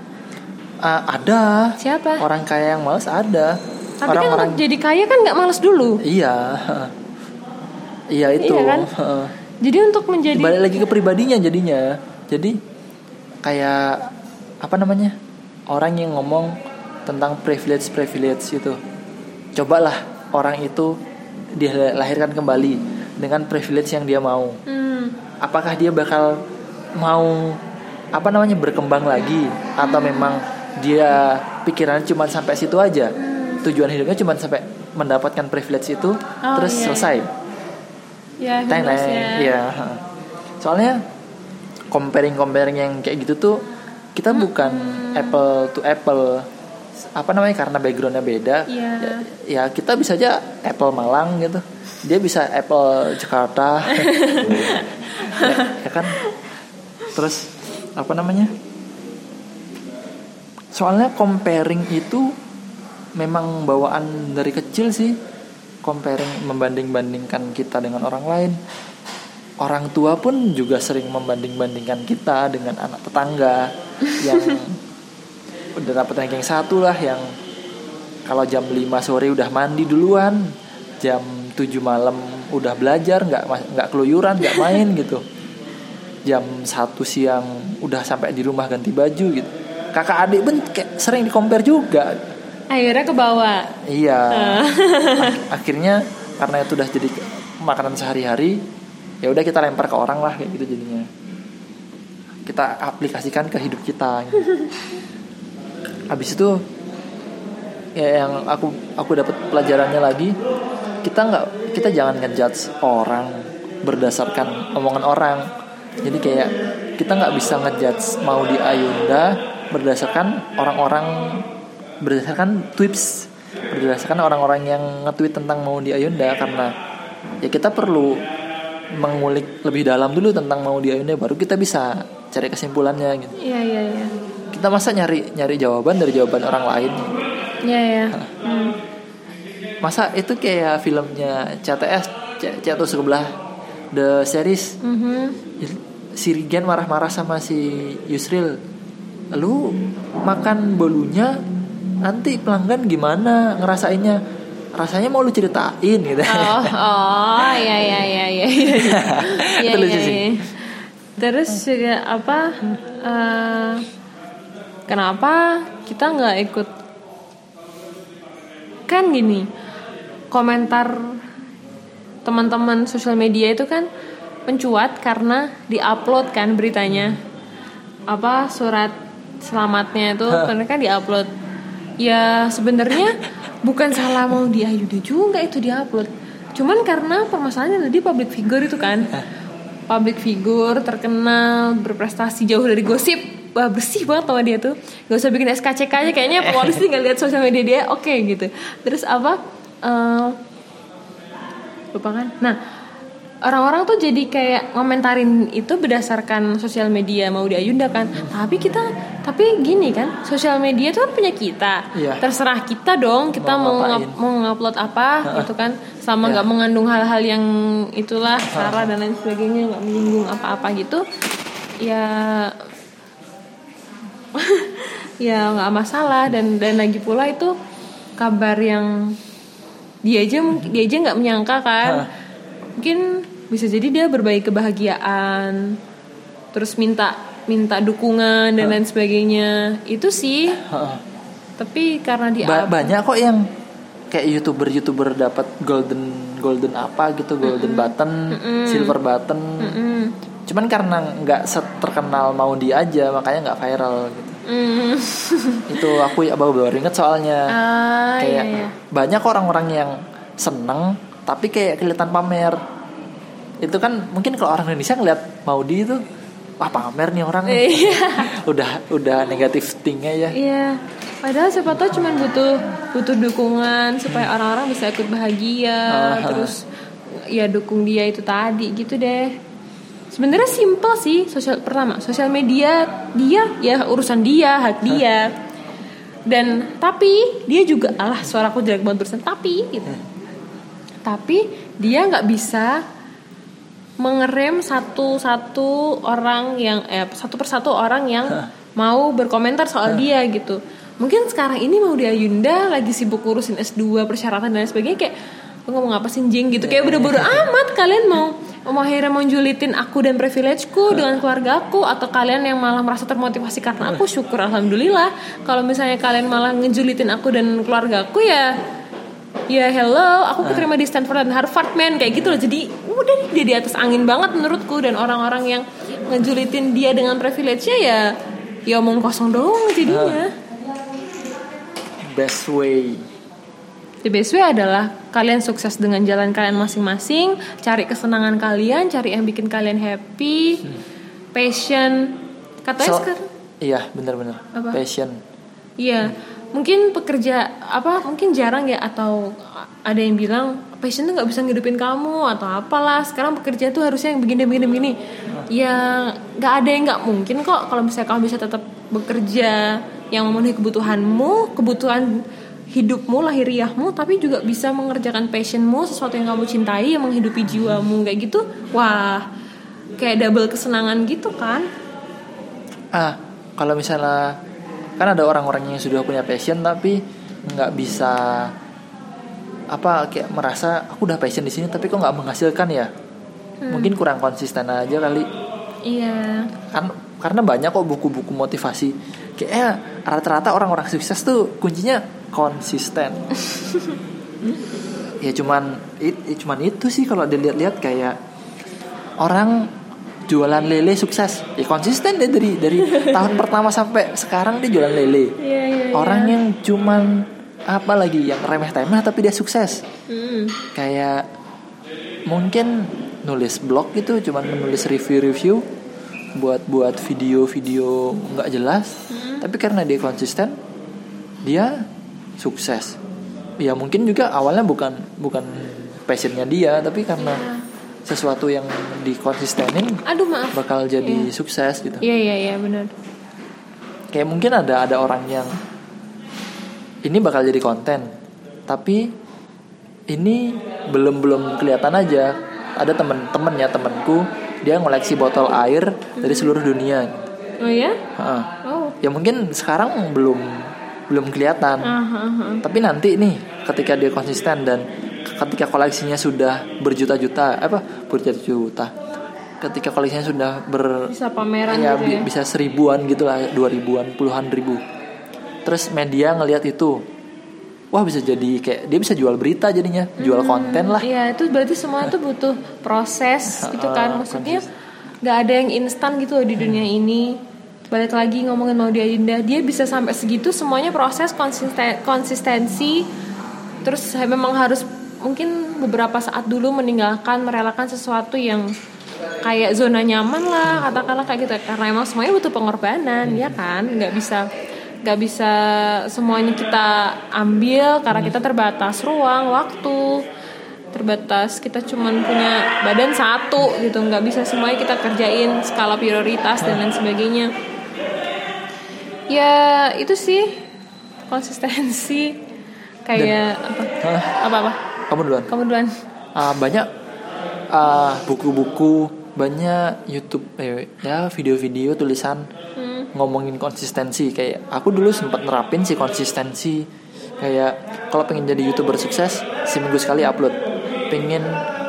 Ada. Siapa? Orang kaya yang males ada. Tapi orang-orang kan jadi kaya kan nggak males dulu. Iya. Iya itu. Iya kan? Jadi untuk menjadi balik lagi ke pribadinya jadinya. Jadi kayak apa namanya? Orang yang ngomong tentang privilege itu. Cobalah orang itu dilahirkan kembali dengan privilege yang dia mau. Apakah dia bakal mau apa namanya berkembang lagi atau memang dia pikirannya cuma sampai situ aja. Tujuan hidupnya cuma sampai mendapatkan privilege itu terus selesai. Ya, ya. Soalnya comparing yang kayak gitu tuh kita bukan apple to apple. Apa namanya karena backgroundnya beda. Ya kita bisa aja apple Malang gitu. Dia bisa apple Jakarta. ya kan. Terus apa namanya? Soalnya comparing itu memang bawaan dari kecil sih. Comparing, membanding-bandingkan kita dengan orang lain. Orang tua pun juga sering membanding-bandingkan kita dengan anak tetangga yang udah dapat ranking 1 lah, yang kalau jam 5 sore udah mandi duluan, jam 7 malam udah belajar, nggak keluyuran, nggak main gitu. Jam 1 siang udah sampai di rumah ganti baju gitu. Kakak adik pun kayak sering di-compare juga. Akhirnya ke bawah. Iya. Akhirnya karena itu udah jadi makanan sehari-hari, ya udah kita lempar ke orang lah kayak gitu jadinya. Kita aplikasikan ke hidup kita. Gitu. Habis itu ya yang aku dapat pelajarannya lagi, kita jangan ngejudge orang berdasarkan omongan orang. Jadi kayak kita nggak bisa ngejudge Maudy Ayunda berdasarkan tweets, berdasarkan orang-orang yang nge-tweet tentang Maudy Ayunda, karena ya kita perlu mengulik lebih dalam dulu tentang Maudy Ayunda baru kita bisa cari kesimpulannya gitu. Iya. Kita masa nyari jawaban dari jawaban orang lain. Iya. Masa itu kayak filmnya CTS Jatuh Sebelah The Series. Si Rigen marah-marah sama si Yusril. Lu makan bolunya nanti pelanggan gimana ngerasainnya? Rasanya mau lu ceritain gitu. Iya. Itu lucu sih. Terus juga apa? Kenapa kita nggak ikut? Kan gini, komentar teman-teman sosial media itu kan mencuat karena diupload kan beritanya. Apa surat selamatnya itu karena kan diupload. Ya sebenarnya bukan salah Maudy Ayunda juga itu diupload. Cuman karena permasalahannya tadi public figure itu kan. Public figure terkenal, berprestasi jauh dari gosip. Wah bersih banget sama dia tuh. Gak usah bikin SKCK aja, kayaknya polisi tinggal lihat sosial media dia oke gitu. Terus apa lupa kan. Nah orang-orang tuh jadi kayak ngomentarin itu berdasarkan sosial media Maudy Ayunda kan. Tapi gini kan, sosial media itu kan punya kita. Terserah kita dong, kita mau ngupload apa gitu kan, sama nggak mengandung hal-hal yang itulah sara dan lain sebagainya, nggak menyinggung apa-apa gitu. Ya nggak masalah, dan lagi pula itu kabar yang dia aja nggak menyangka kan. Mungkin bisa jadi dia berbagi kebahagiaan, terus minta dukungan dan lain sebagainya. Itu sih. Tapi karena dia banyak kok yang kayak youtuber dapat golden apa gitu, golden button, silver button. Cuman karena nggak terkenal Maudy aja, makanya nggak viral gitu. Itu aku baru inget soalnya. Kayak banyak orang-orang yang seneng tapi kayak kelihatan pamer. Itu kan mungkin kalau orang Indonesia ngeliat Maudy itu, wah pamer nih orang. udah negatif thingnya ya. Iya. Padahal siapa tahu cuma butuh dukungan supaya orang-orang bisa ikut bahagia. Terus ya dukung dia itu tadi gitu deh. Sebenarnya simple sih. Sosial media dia ya urusan dia, hak dia. Dan tapi dia juga suaraku jelek banget barusan, tapi gitu. Tapi dia nggak bisa mengerem satu persatu orang yang mau berkomentar soal dia gitu. Mungkin sekarang ini Maudy Ayunda lagi sibuk urusin S2, persyaratan dan lain sebagainya, kayak Lu ngomong apa sih jing gitu, kayak bodo-bodo amat. Kalian mau akhirnya mau julitin aku dan privilegeku dengan keluargaku, atau kalian yang malah merasa termotivasi karena aku, syukur alhamdulillah. Kalau misalnya kalian malah ngejulitin aku dan keluargaku, ya hello, aku keterima di Stanford dan Harvard man, kayak gitu loh. Jadi udah dia di atas angin banget menurutku. Dan orang-orang yang ngejulitin dia dengan privilege-nya ya omong kosong doang jadinya. Best way. The best way adalah kalian sukses dengan jalan kalian masing-masing, cari kesenangan kalian, cari yang bikin kalian happy, passion. Katanya sekarang. Iya, benar-benar. Passion. Iya, mungkin mungkin jarang ya, atau ada yang bilang passion tuh nggak bisa ngidupin kamu atau apalah. Sekarang pekerja tuh harusnya yang begini. Ya, nggak ada yang nggak mungkin kok. Kalau misalnya kamu bisa tetap bekerja yang memenuhi kebutuhanmu, kebutuhan hidupmu, lahiriahmu, tapi juga bisa mengerjakan passionmu, sesuatu yang kamu cintai, yang menghidupi jiwamu, kayak gitu. Wah, kayak double kesenangan gitu kan. Kalau misalnya kan ada orang-orang yang sudah punya passion tapi nggak bisa kayak merasa aku udah passion di sini tapi kok nggak menghasilkan ya. Mungkin kurang konsisten aja kali. Iya. Karena banyak kok buku-buku motivasi. Kayak rata-rata orang-orang sukses tuh kuncinya konsisten. Ya cuman itu sih kalau dilihat-lihat. Kayak orang jualan lele sukses, ya konsisten deh dari tahun pertama sampai sekarang dia jualan lele. Orang yang cuman yang remeh-temeh tapi dia sukses. Kayak mungkin nulis blog gitu, cuman menulis review buat video nggak jelas, tapi karena dia konsisten dia sukses. Ya mungkin juga awalnya bukan passionnya dia, tapi karena sesuatu yang dikonsistenin bakal jadi sukses gitu. Iya benar. Kayak mungkin ada orang yang ini bakal jadi konten, tapi ini belum kelihatan aja. Ada temenku, dia ngoleksi botol air dari seluruh dunia. Oh ya? Ya mungkin sekarang belum kelihatan. Tapi nanti nih ketika dia konsisten dan ketika koleksinya sudah berjuta-juta, ketika koleksinya sudah bisa pameran ya, gitu ya? Bisa 1000-an gitulah, 2000-an, puluhan ribu. Terus media ngelihat itu, wah bisa jadi kayak dia bisa jual berita jadinya, jual konten lah. Iya, itu berarti semua itu butuh proses gitu kan. Maksudnya nggak ada yang instan gitu loh di dunia ini. Balik lagi ngomongin Maudy Ayunda, dia bisa sampai segitu semuanya proses, konsistensi. Terus memang harus mungkin beberapa saat dulu merelakan sesuatu yang kayak zona nyaman lah, katakanlah kayak gitu. Karena emang semuanya butuh pengorbanan, ya kan? Nggak bisa semuanya kita ambil karena kita terbatas ruang, waktu, terbatas, kita cuman punya badan satu gitu, nggak bisa semuanya kita kerjain, skala prioritas dan lain sebagainya. Ya itu sih konsistensi. Kayak apa? Kamu duluan. Banyak buku-buku, banyak YouTube video-video tulisan ngomongin konsistensi. Kayak aku dulu sempat nerapin sih konsistensi. Kayak kalau pengen jadi YouTuber sukses, seminggu sekali upload. Pengen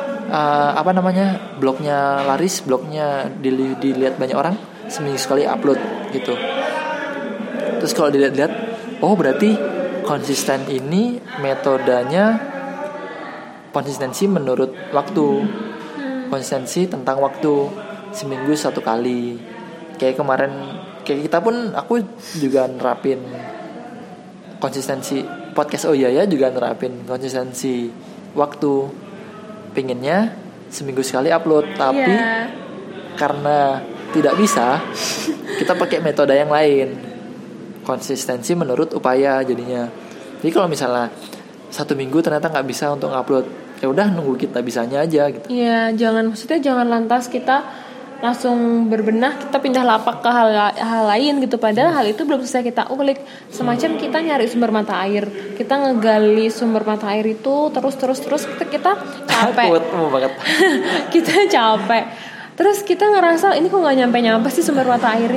blognya laris, blognya dilihat banyak orang, seminggu sekali upload gitu. Terus kalau dilihat-lihat, oh berarti konsisten ini metodenya konsistensi menurut waktu. Konsistensi tentang waktu, seminggu 1 kali. Kayak kemarin, kayak kita pun, aku juga nerapin konsistensi podcast ya juga nerapin konsistensi waktu. Pengennya seminggu sekali upload, tapi karena tidak bisa, kita pakai metode yang lain. Konsistensi menurut upaya jadinya. Jadi kalau misalnya 1 minggu ternyata nggak bisa untuk upload, ya udah nunggu kita bisanya aja gitu. Iya, jangan lantas kita langsung berbenah, kita pindah lapak ke hal lain gitu, padahal hal itu belum selesai kita ulik. Semacam kita nyari sumber mata air, kita ngegali sumber mata air itu terus kita capek. Kita capek. Terus kita ngerasa ini kok nggak nyampe sih sumber mata airnya.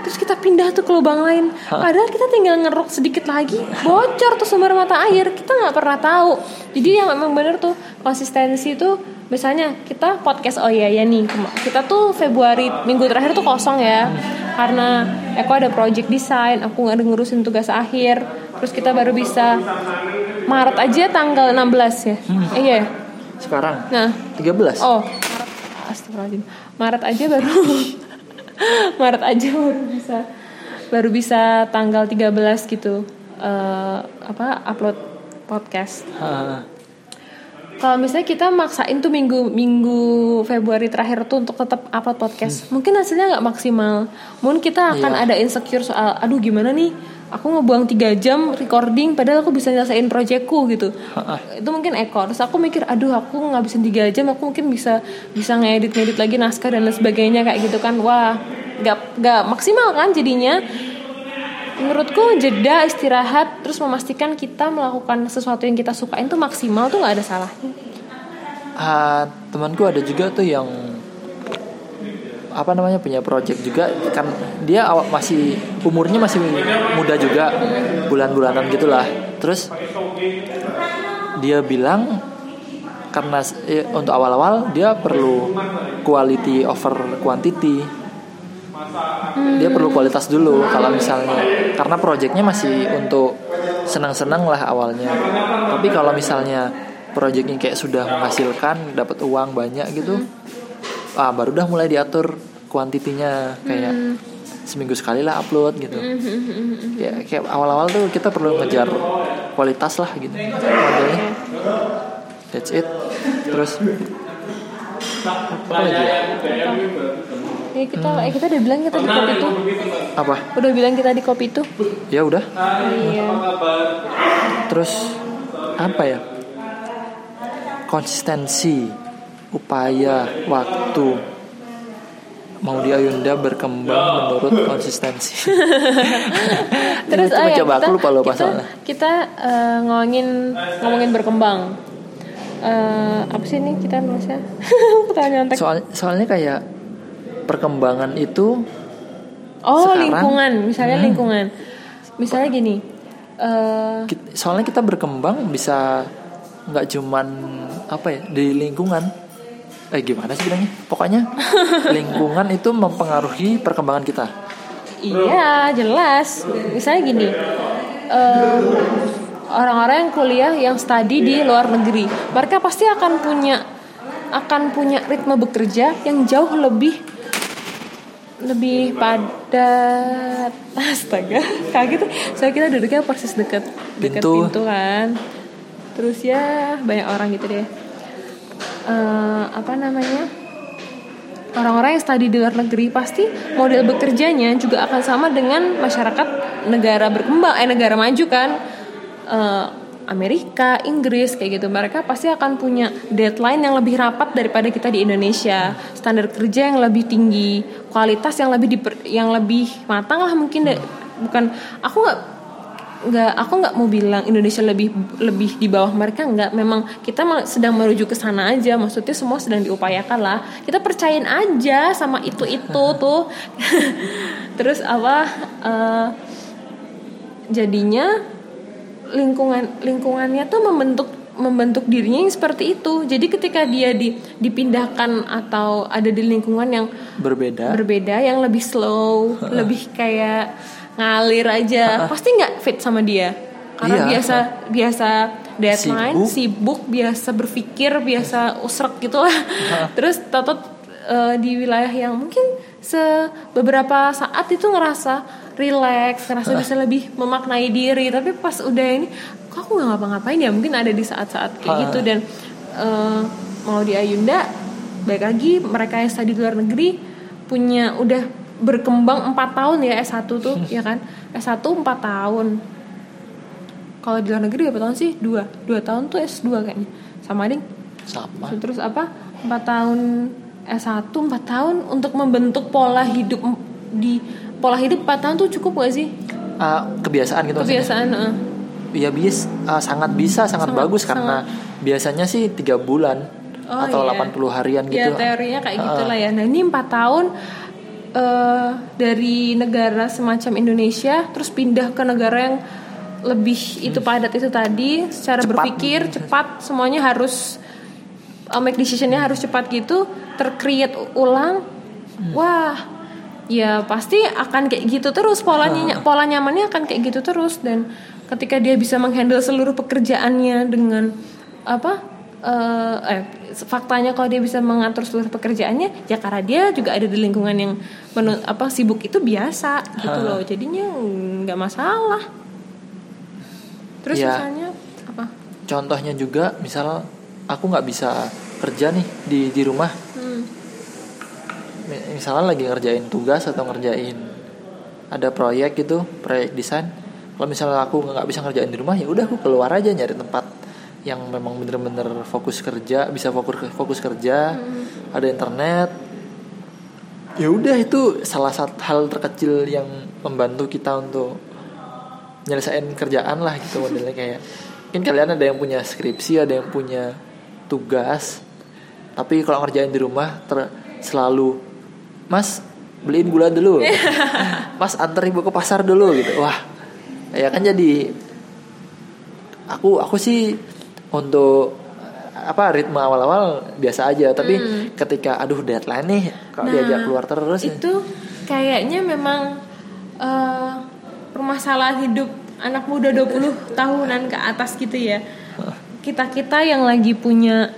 terus kita pindah tuh ke lubang lain. Padahal kita tinggal ngeruk sedikit lagi, bocor tuh sumber mata air. Kita nggak pernah tahu. Jadi yang memang bener tuh konsistensi tuh. Misalnya kita podcast, oh iya ya nih, kita tuh Februari minggu terakhir tuh kosong ya, karena aku ada project desain, aku nggak ngurusin tugas akhir. Terus kita baru bisa Maret aja tanggal 16 ya. Iya. Sekarang. Nah, 13. Oh, astagfirullahaladzim. Maret aja baru Maret aja baru bisa tanggal 13 gitu. Upload podcast. Kalau misalnya kita maksain tuh minggu Februari terakhir tuh untuk tetap upload podcast, mungkin hasilnya nggak maksimal. Mungkin kita akan ada insecure soal, aduh gimana nih, aku ngebuang 3 jam recording, padahal aku bisa nyelesain proyekku gitu. Itu mungkin terus aku mikir, aduh aku ngabisin 3 jam, aku mungkin bisa ngedit lagi naskah dan lain sebagainya kayak gitu kan. Wah, nggak maksimal kan jadinya. Menurutku jeda, istirahat, terus memastikan kita melakukan sesuatu yang kita sukain tuh maksimal tuh nggak ada salahnya. Temanku ada juga tuh yang punya project juga, kan dia masih umurnya masih muda juga, bulan-bulanan gitulah. Terus dia bilang karena untuk awal-awal dia perlu quality over quantity. Dia perlu kualitas dulu kalau misalnya, karena proyeknya masih untuk senang-senang lah awalnya. Tapi kalau misalnya proyeknya kayak sudah menghasilkan, dapat uang banyak gitu, baru dah mulai diatur kuantitinya, kayak seminggu sekali lah upload gitu. Ya kayak awal-awal tuh kita perlu ngejar kualitas lah gitu modelnya. That's it. Terus apa lagi ya? Kita udah bilang kita di kopi itu. Apa? Udah bilang kita di kopi itu. Ya udah. Iya. Terus apa ya? Konsistensi, upaya, waktu. Maudy Ayunda berkembang menurut konsistensi. Terus coba aku lupa soalnya. Kita ngomongin berkembang. Apa sih ini kita nulisnya? Soalnya kayak perkembangan itu sekarang, lingkungan, misalnya lingkungan. Misalnya gini. Soalnya kita berkembang bisa nggak cuman di lingkungan. Gimana sih bilangnya? Pokoknya lingkungan itu mempengaruhi perkembangan kita. Iya, jelas. Misalnya gini. Orang-orang yang kuliah, yang studi di luar negeri, mereka pasti akan punya ritme bekerja yang jauh lebih padat. Astaga, kayak gitu. Saya kira duduknya persis dekat pintu kan. Terus ya banyak orang gitu deh. Orang-orang yang studi di luar negeri pasti model bekerjanya juga akan sama dengan masyarakat negara berkembang, negara maju kan. Amerika, Inggris kayak gitu, mereka pasti akan punya deadline yang lebih rapat daripada kita di Indonesia, standar kerja yang lebih tinggi, kualitas yang lebih matang lah mungkin. Bukan, aku nggak mau bilang Indonesia lebih di bawah mereka, nggak. Memang kita sedang menuju ke sana aja, maksudnya semua sedang diupayakan lah. Kita percayain aja sama itu tuh. Terus jadinya lingkungannya tuh membentuk dirinya yang seperti itu. Jadi ketika dia dipindahkan atau ada di lingkungan yang berbeda yang lebih slow, lebih kayak ngalir aja, pasti nggak fit sama dia. Karena biasa deadline, sibuk, biasa berpikir, biasa usrek gitulah. Terus di wilayah yang mungkin beberapa saat itu ngerasa relax, ngerasa bisa lebih memaknai diri, tapi pas udah ini kok aku nggak ngapa-ngapain ya, mungkin ada di saat-saat kayak gitu. Dan Maudy Ayunda, baik lagi mereka yang studi di luar negeri udah berkembang 4 tahun ya S1 tuh ya kan, S1 4 tahun. Kalau di luar negeri berapa tahun sih? 2 tahun tuh S2 kayaknya. Sama ding. Sama. Terus 4 tahun S1, 4 tahun untuk membentuk pola hidup 4 tahun tuh cukup gak sih? Kebiasaan gitu. Kebiasaan. Ya sangat bagus karena biasanya sih 3 bulan atau 80 harian gitu. Ya teorinya kayak gitulah ya. Nah ini 4 tahun dari negara semacam Indonesia terus pindah ke negara yang lebih itu padat itu tadi, secara Cepat. berpikir cepat, semuanya harus make decisionnya harus cepat gitu, tercreate ulang. Wah, ya pasti akan kayak gitu terus, pola nyamannya akan kayak gitu terus. Dan ketika dia bisa menghandle seluruh pekerjaannya dengan faktanya kalau dia bisa mengatur seluruh pekerjaannya ya karena dia juga ada di lingkungan yang sibuk itu biasa gitu loh, jadinya nggak masalah. Terus Ya. misalnya apa? Contohnya juga misal aku nggak bisa kerja nih di rumah, misalnya lagi ngerjain tugas atau ngerjain ada proyek gitu, proyek desain. Kalau misalnya aku nggak bisa ngerjain di rumah, ya udah aku keluar aja nyari tempat yang memang bener-bener fokus kerja, bisa fokus kerja, ada internet. Ya udah, itu salah satu hal terkecil yang membantu kita untuk nyelesain kerjaan lah gitu modelnya. Kayak mungkin kalian ada yang punya skripsi, ada yang punya tugas, tapi kalau ngerjain di rumah selalu, Mas beliin gula dulu, Mas antar ibu ke pasar dulu gitu. Wah, ya kan jadi aku sih untuk ritme awal-awal biasa aja, tapi ketika deadline nih kalau diajak keluar terus itu kayaknya memang permasalahan hidup anak muda 20 tahunan ke atas gitu ya. Kita yang lagi punya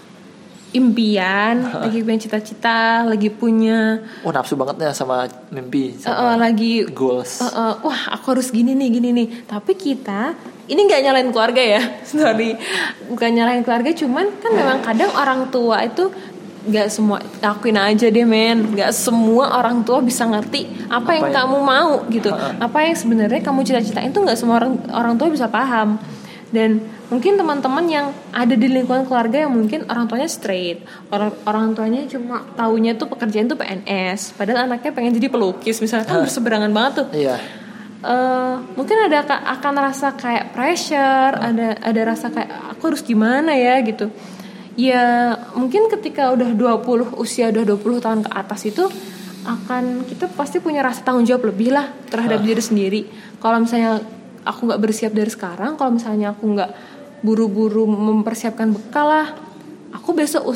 impian, lagi punya cita-cita, lagi punya nafsu banget ya sama mimpi, sama lagi goals. Wah aku harus gini nih. Tapi kita ini nggak nyalain keluarga ya, sorry, bukan nyalain keluarga, cuman kan memang kadang orang tua itu nggak semua, akuin aja deh men, nggak semua orang tua bisa ngerti apa yang kamu mau gitu, apa yang sebenarnya kamu cita-citain itu nggak semua orang tua bisa paham. Dan mungkin teman-teman yang ada di lingkungan keluarga yang mungkin orang tuanya straight, orang tuanya cuma taunya tuh pekerjaan tuh PNS, padahal anaknya pengen jadi pelukis misalnya, kan berseberangan banget tuh. Iya. Mungkin akan rasa kayak pressure, ada rasa kayak aku harus gimana ya gitu. Ya mungkin ketika usia udah 20 tahun ke atas itu kita pasti punya rasa tanggung jawab lebih lah terhadap diri sendiri. Kalau misalnya aku nggak bersiap dari sekarang, kalau misalnya aku nggak buru-buru mempersiapkan bekal lah, aku besok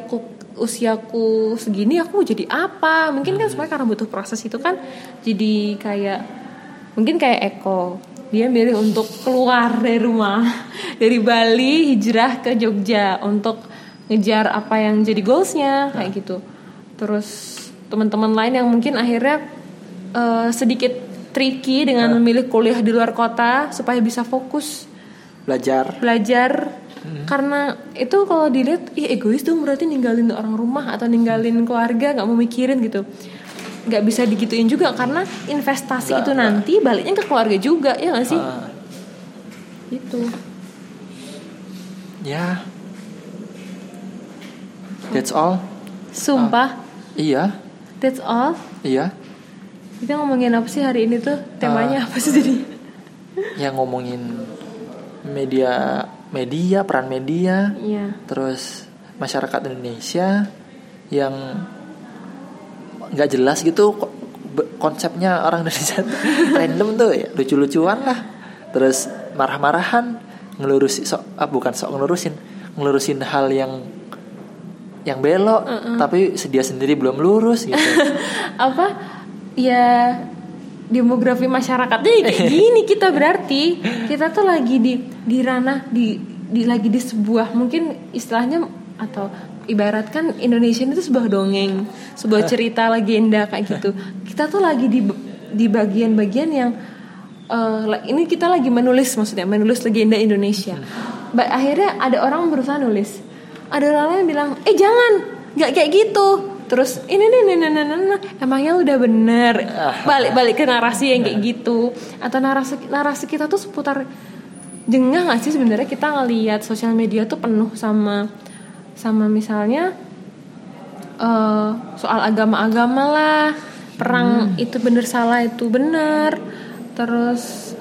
usiaku segini aku mau jadi apa? Mungkin kan sebenarnya karena butuh proses itu kan, jadi kayak mungkin kayak Eko, dia milih untuk keluar dari rumah dari Bali hijrah ke Jogja untuk ngejar apa yang jadi goalsnya kayak gitu. Terus teman-teman lain yang mungkin akhirnya sedikit tricky dengan memilih kuliah di luar kota supaya bisa fokus belajar. Karena itu kalau dilihat egois tuh, berarti ninggalin orang rumah atau ninggalin keluarga, nggak mau mikirin gitu. Nggak bisa digituin juga, karena investasi itu nanti baliknya ke keluarga juga, ya nggak sih? Itu ya, that's all. Sumpah. Iya. That's all. Iya. Kita ngomongin apa sih hari ini tuh? Temanya apa sih jadi? Yang ngomongin media, peran media. Iya. Terus masyarakat Indonesia yang nggak jelas gitu konsepnya orang Indonesia random tuh ya, lucu-lucuan lah. Terus marah-marahan, ngelurusin hal yang belok, tapi dia sendiri belum lurus gitu. Ya demografi masyarakatnya kayak gini. Kita berarti kita tuh lagi di ranah lagi di sebuah, mungkin istilahnya atau ibaratkan Indonesia itu sebuah dongeng, sebuah cerita legenda kayak gitu. Kita tuh lagi di bagian-bagian yang ini kita lagi menulis legenda Indonesia. Akhirnya ada orang berusaha nulis, ada orang lain bilang jangan, nggak kayak gitu. Terus ini emangnya udah bener, balik ke narasi yang kayak gitu. Atau narasi kita tuh seputar jengah nggak sih sebenarnya? Kita ngelihat sosial media tuh penuh sama misalnya soal agama-agama lah, perang itu bener, salah itu bener. Terus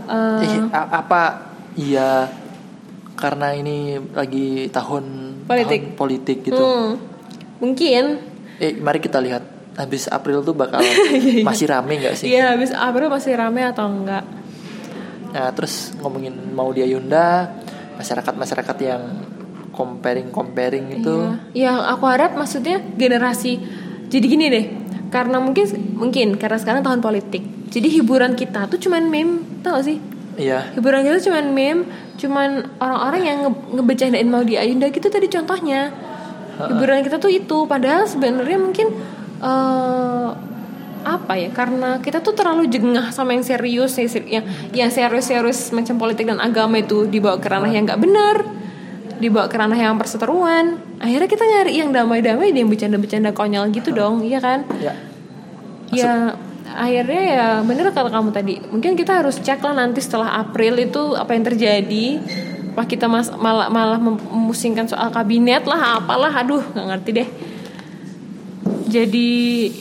karena ini lagi tahun politik gitu. Mungkin. Mari kita lihat habis April tuh bakal masih rame nggak sih? Iya, habis April masih rame atau enggak? Nah, terus ngomongin mau di Ayunda, masyarakat yang comparing itu. Iya, yang aku harap maksudnya generasi. Jadi gini deh, karena mungkin karena sekarang tahun politik. Jadi hiburan kita tuh cuman meme, tau gak sih? Iya. Hiburan kita cuman meme, cuman orang-orang yang ngebecandain mau di Ayunda gitu tadi contohnya. Hiburan kita tuh itu, padahal sebenarnya mungkin apa ya? Karena kita tuh terlalu jengah sama yang serius, yang serius macam politik dan agama itu dibawa ke ranah yang nggak benar, dibawa ke ranah yang perseteruan. Akhirnya kita nyari yang damai-damai, yang bercanda-bercanda konyol gitu dong, iya kan? Ya. Ya, akhirnya ya bener kalau kamu tadi. Mungkin kita harus cek lah nanti setelah April itu apa yang terjadi. Wah, kita malah memusingkan soal kabinet lah, apalah, aduh nggak ngerti deh. Jadi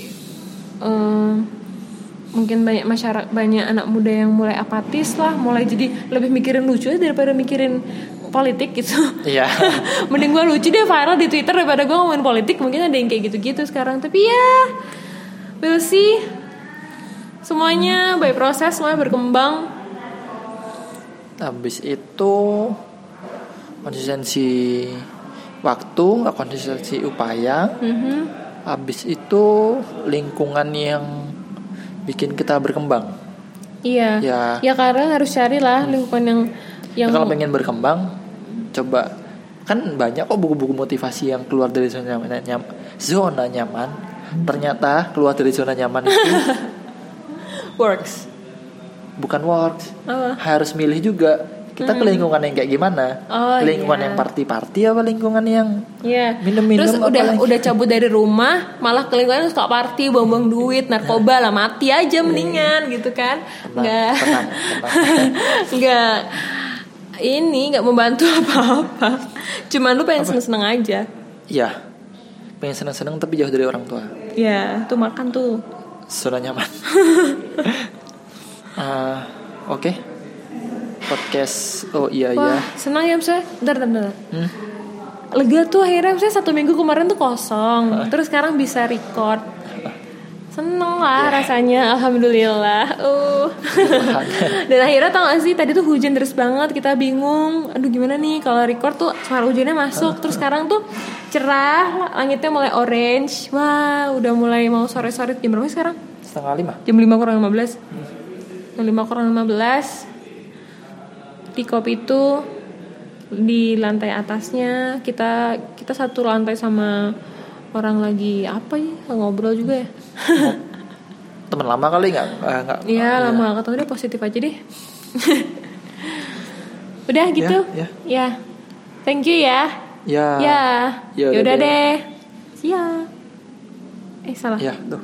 mungkin banyak anak muda yang mulai apatis lah, mulai jadi lebih mikirin lucu daripada mikirin politik gitu. Iya. Mending gue lucu deh viral di Twitter daripada gue ngomongin politik. Mungkin ada yang kayak gitu-gitu sekarang. Tapi ya we'll see. Semuanya by proses, semuanya berkembang. Habis itu konsistensi waktu, konsistensi upaya. Habis itu lingkungan yang bikin kita berkembang. Iya. Ya karena harus carilah lingkungan yang kalau pengen berkembang, coba, kan banyak kok buku-buku motivasi yang keluar dari zona nyaman. Ternyata keluar dari zona nyaman itu works. Bukan works. Harus milih juga. Kita ke lingkungan yang kayak gimana? Lingkungan yang party apa lingkungan yang minum-minum? Terus udah cabut dari rumah, malah ke lingkungan suka party, buang-buang duit, narkoba lah, mati aja mendingan gitu kan? Tenang. Nggak membantu apa-apa. Cuman lu pengen seneng-seneng aja. Iya, pengen seneng-seneng tapi jauh dari orang tua. Iya, tuh makan tuh zona nyaman. Oke. Podcast. Oh iya. Wah, senang ya misalnya. Bentar. Lega tuh akhirnya misalnya 1 minggu kemarin tuh kosong. Terus sekarang bisa record. Seneng lah rasanya, alhamdulillah. Dan akhirnya tau gak sih, tadi tuh hujan deras banget, kita bingung. Aduh gimana nih kalau record tuh suara hujannya masuk. Terus sekarang tuh cerah, langitnya mulai orange. Wah, udah mulai mau sore-sore. Jam berapa sekarang? 4:30. Jam 5:15. Jam 5:15. Di kopi itu di lantai atasnya kita satu lantai sama orang lagi apa ya, ngobrol juga ya. Teman lama kali nggak? Iya, lama nggak ketemu, deh positif aja deh. Udah gitu. Ya. Thank you ya. Ya. Ya udah deh. Salah. Ya, tuh.